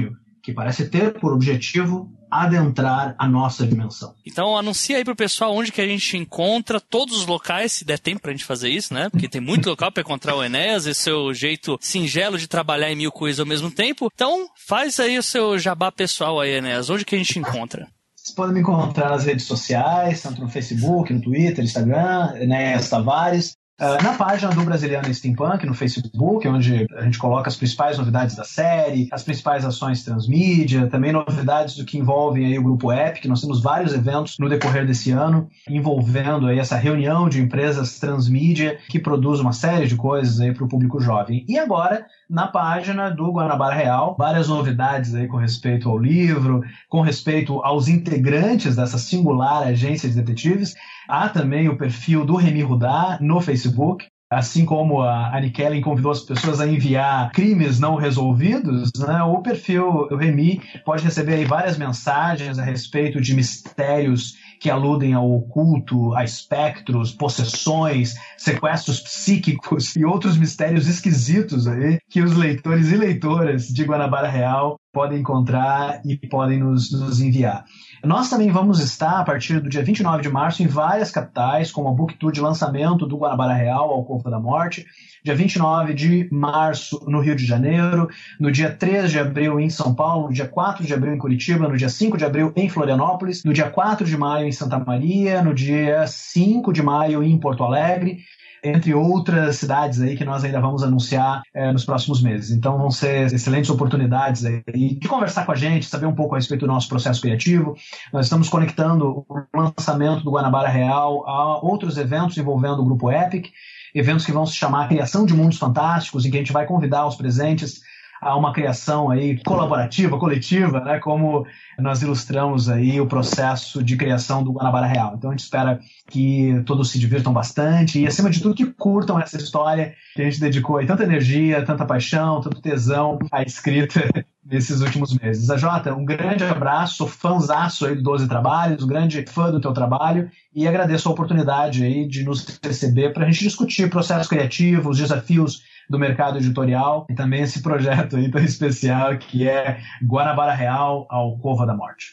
que parece ter por objetivo adentrar a nossa dimensão. Então anuncia aí pro pessoal onde que a gente encontra todos os locais, se der tempo pra gente fazer isso, né? Porque tem muito local pra encontrar o Enéas, esse seu jeito singelo de trabalhar em mil coisas ao mesmo tempo. Então faz aí o seu jabá pessoal aí, Enéas, onde que a gente encontra? Vocês podem me encontrar nas redes sociais, tanto no Facebook, no Twitter, Instagram, Enéas Tavares. Uh, na página do Brasiliano Steampunk, no Facebook, onde a gente coloca as principais novidades da série, as principais ações transmídia, também novidades do que envolvem aí o Grupo Epic. Nós temos vários eventos no decorrer desse ano, envolvendo aí essa reunião de empresas transmídia que produz uma série de coisas aí para o público jovem. E agora, na página do Guanabara Real, várias novidades aí com respeito ao livro, com respeito aos integrantes dessa singular agência de detetives. Há também o perfil do Remy Rudá no Facebook, assim como a Annie Kellen convidou as pessoas a enviar crimes não resolvidos, né? O perfil do Remy pode receber aí várias mensagens a respeito de mistérios que aludem ao oculto, a espectros, possessões, sequestros psíquicos e outros mistérios esquisitos aí que os leitores e leitoras de Guanabara Real podem encontrar e podem nos, nos enviar. Nós também vamos estar, a partir do dia vinte e nove de março, em várias capitais, como a Book Tour de lançamento do Guanabara Real, ao Alcova da Morte. Dia vinte e nove de março, no Rio de Janeiro. No dia três de abril, em São Paulo. No dia quatro de abril, em Curitiba. No dia cinco de abril, em Florianópolis. No dia quatro de maio, em Santa Maria. No dia cinco de maio, em Porto Alegre. Entre outras cidades aí que nós ainda vamos anunciar é, nos próximos meses. Então vão ser excelentes oportunidades aí de conversar com a gente, saber um pouco a respeito do nosso processo criativo. Nós estamos conectando o lançamento do Guanabara Real a outros eventos envolvendo o Grupo Epic, eventos que vão se chamar Criação de Mundos Fantásticos, em que a gente vai convidar os presentes a uma criação aí colaborativa, coletiva, né, como nós ilustramos aí o processo de criação do Guanabara Real. Então a gente espera que todos se divirtam bastante e, acima de tudo, que curtam essa história que a gente dedicou aí tanta energia, tanta paixão, tanto tesão à escrita nesses últimos meses. A Jota, um grande abraço, sou fãzaço aí do doze Trabalhos, um grande fã do teu trabalho e agradeço a oportunidade aí de nos receber para a gente discutir processos criativos, os desafios do mercado editorial e também esse projeto aí tão especial que é Guanabara Real, Alcova da Morte.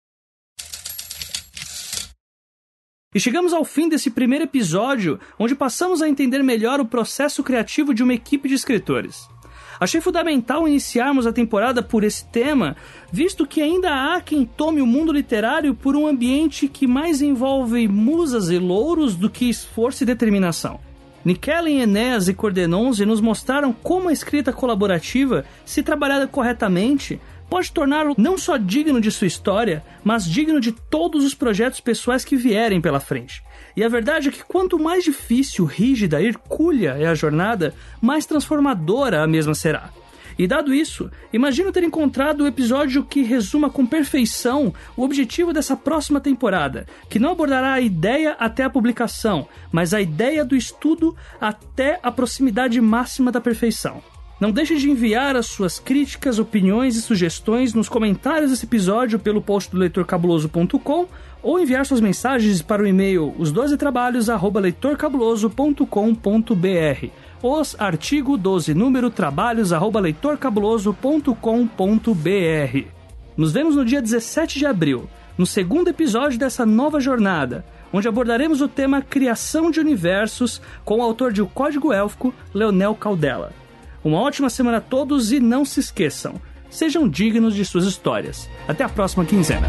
E chegamos ao fim desse primeiro episódio, onde passamos a entender melhor o processo criativo de uma equipe de escritores. Achei fundamental iniciarmos a temporada por esse tema, visto que ainda há quem tome o mundo literário por um ambiente que mais envolve musas e louros do que esforço e determinação. Nikellen, Enéas e Cordenonze nos mostraram como a escrita colaborativa, se trabalhada corretamente, pode torná-lo não só digno de sua história, mas digno de todos os projetos pessoais que vierem pela frente. E a verdade é que quanto mais difícil, rígida, hercúlea é a jornada, mais transformadora a mesma será. E dado isso, imagino ter encontrado o episódio que resuma com perfeição o objetivo dessa próxima temporada, que não abordará a ideia até a publicação, mas a ideia do estudo até a proximidade máxima da perfeição. Não deixe de enviar as suas críticas, opiniões e sugestões nos comentários desse episódio pelo post do leitor cabuloso ponto com ou enviar suas mensagens para o e-mail os doze trabalhos arroba leitor cabuloso ponto com ponto b r. Os artigo doze número trabalhos arroba leitor cabuloso ponto com ponto b r. Nos vemos no dia dezessete de abril, no segundo episódio dessa nova jornada, onde abordaremos o tema Criação de Universos com o autor de O Código Élfico, Leonel Caldela. Uma ótima semana a todos e não se esqueçam, sejam dignos de suas histórias. Até a próxima quinzena.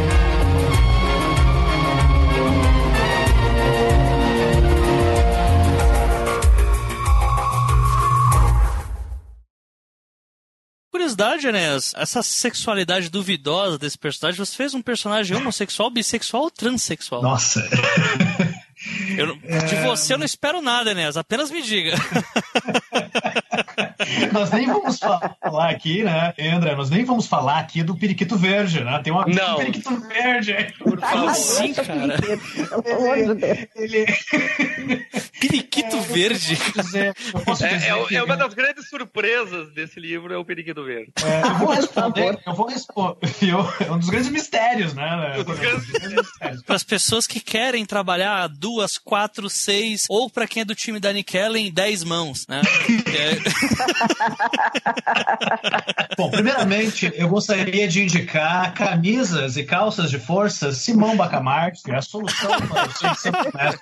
Curiosidade, Enéas, essa sexualidade duvidosa desse personagem, você fez um personagem homossexual, bissexual ou transexual? Nossa. Eu, de você eu não espero nada, Enéas, apenas me diga. Nós nem vamos falar aqui, né, André? Nós nem vamos falar aqui do periquito verde, né? Tem uma não. periquito verde. Por favor. Sim, cara. Ele, ele... Periquito Verde. É, é, é uma das grandes surpresas desse livro, é o Periquito Verde. É, eu vou responder, eu vou responder. É um dos grandes mistérios, né? Um dos grandes mistérios. Para as pessoas que querem trabalhar duas, quatro, seis, ou para quem é do time da Nick Ellen, dez mãos, né? É... Bom, primeiramente, eu gostaria de indicar camisas e calças de força Simão Bacamarte, que é a solução para o seu semestre.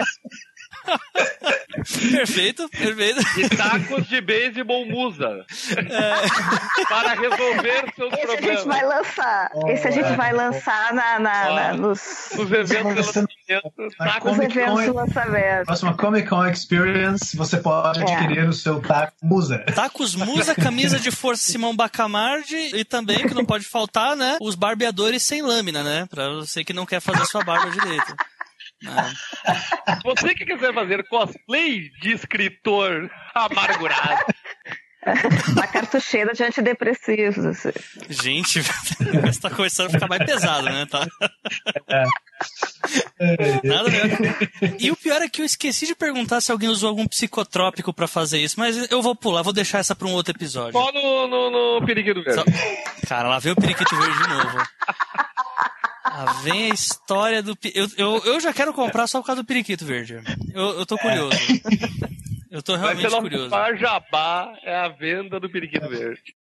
Perfeito, perfeito. E tacos de beisebol Musa. É. Para resolver seus Esse problemas. a gente vai lançar. Oh, Esse a gente é. vai lançar na, na, oh, na, nos... nos eventos de lançamento. Tacos nos eventos de lançamento. Próxima Comic Con Experience, você pode adquirir é. o seu taco Musa. Tacos Musa, camisa de força Simão Bacamarte e também, que não pode faltar, né, os barbeadores sem lâmina, né? Pra você que não quer fazer sua barba direito. Não. Você que quiser fazer cosplay de escritor amargurado. Uma cartucheira de antidepressivos. Assim. Gente, isso tá começando a ficar mais pesado, né? Tá? É. Nada mesmo. E o pior é que eu esqueci de perguntar se alguém usou algum psicotrópico pra fazer isso, mas eu vou pular, vou deixar essa pra um outro episódio. Só no, no, no Periquito Verde. Só... Cara, lá veio o Periquito Verde de novo. Ah, vem a história do... Eu, eu, eu já quero comprar só por causa do Periquito Verde. Eu, eu tô curioso. Eu tô realmente Vai curioso. Vai Jabá é a venda do Periquito Verde.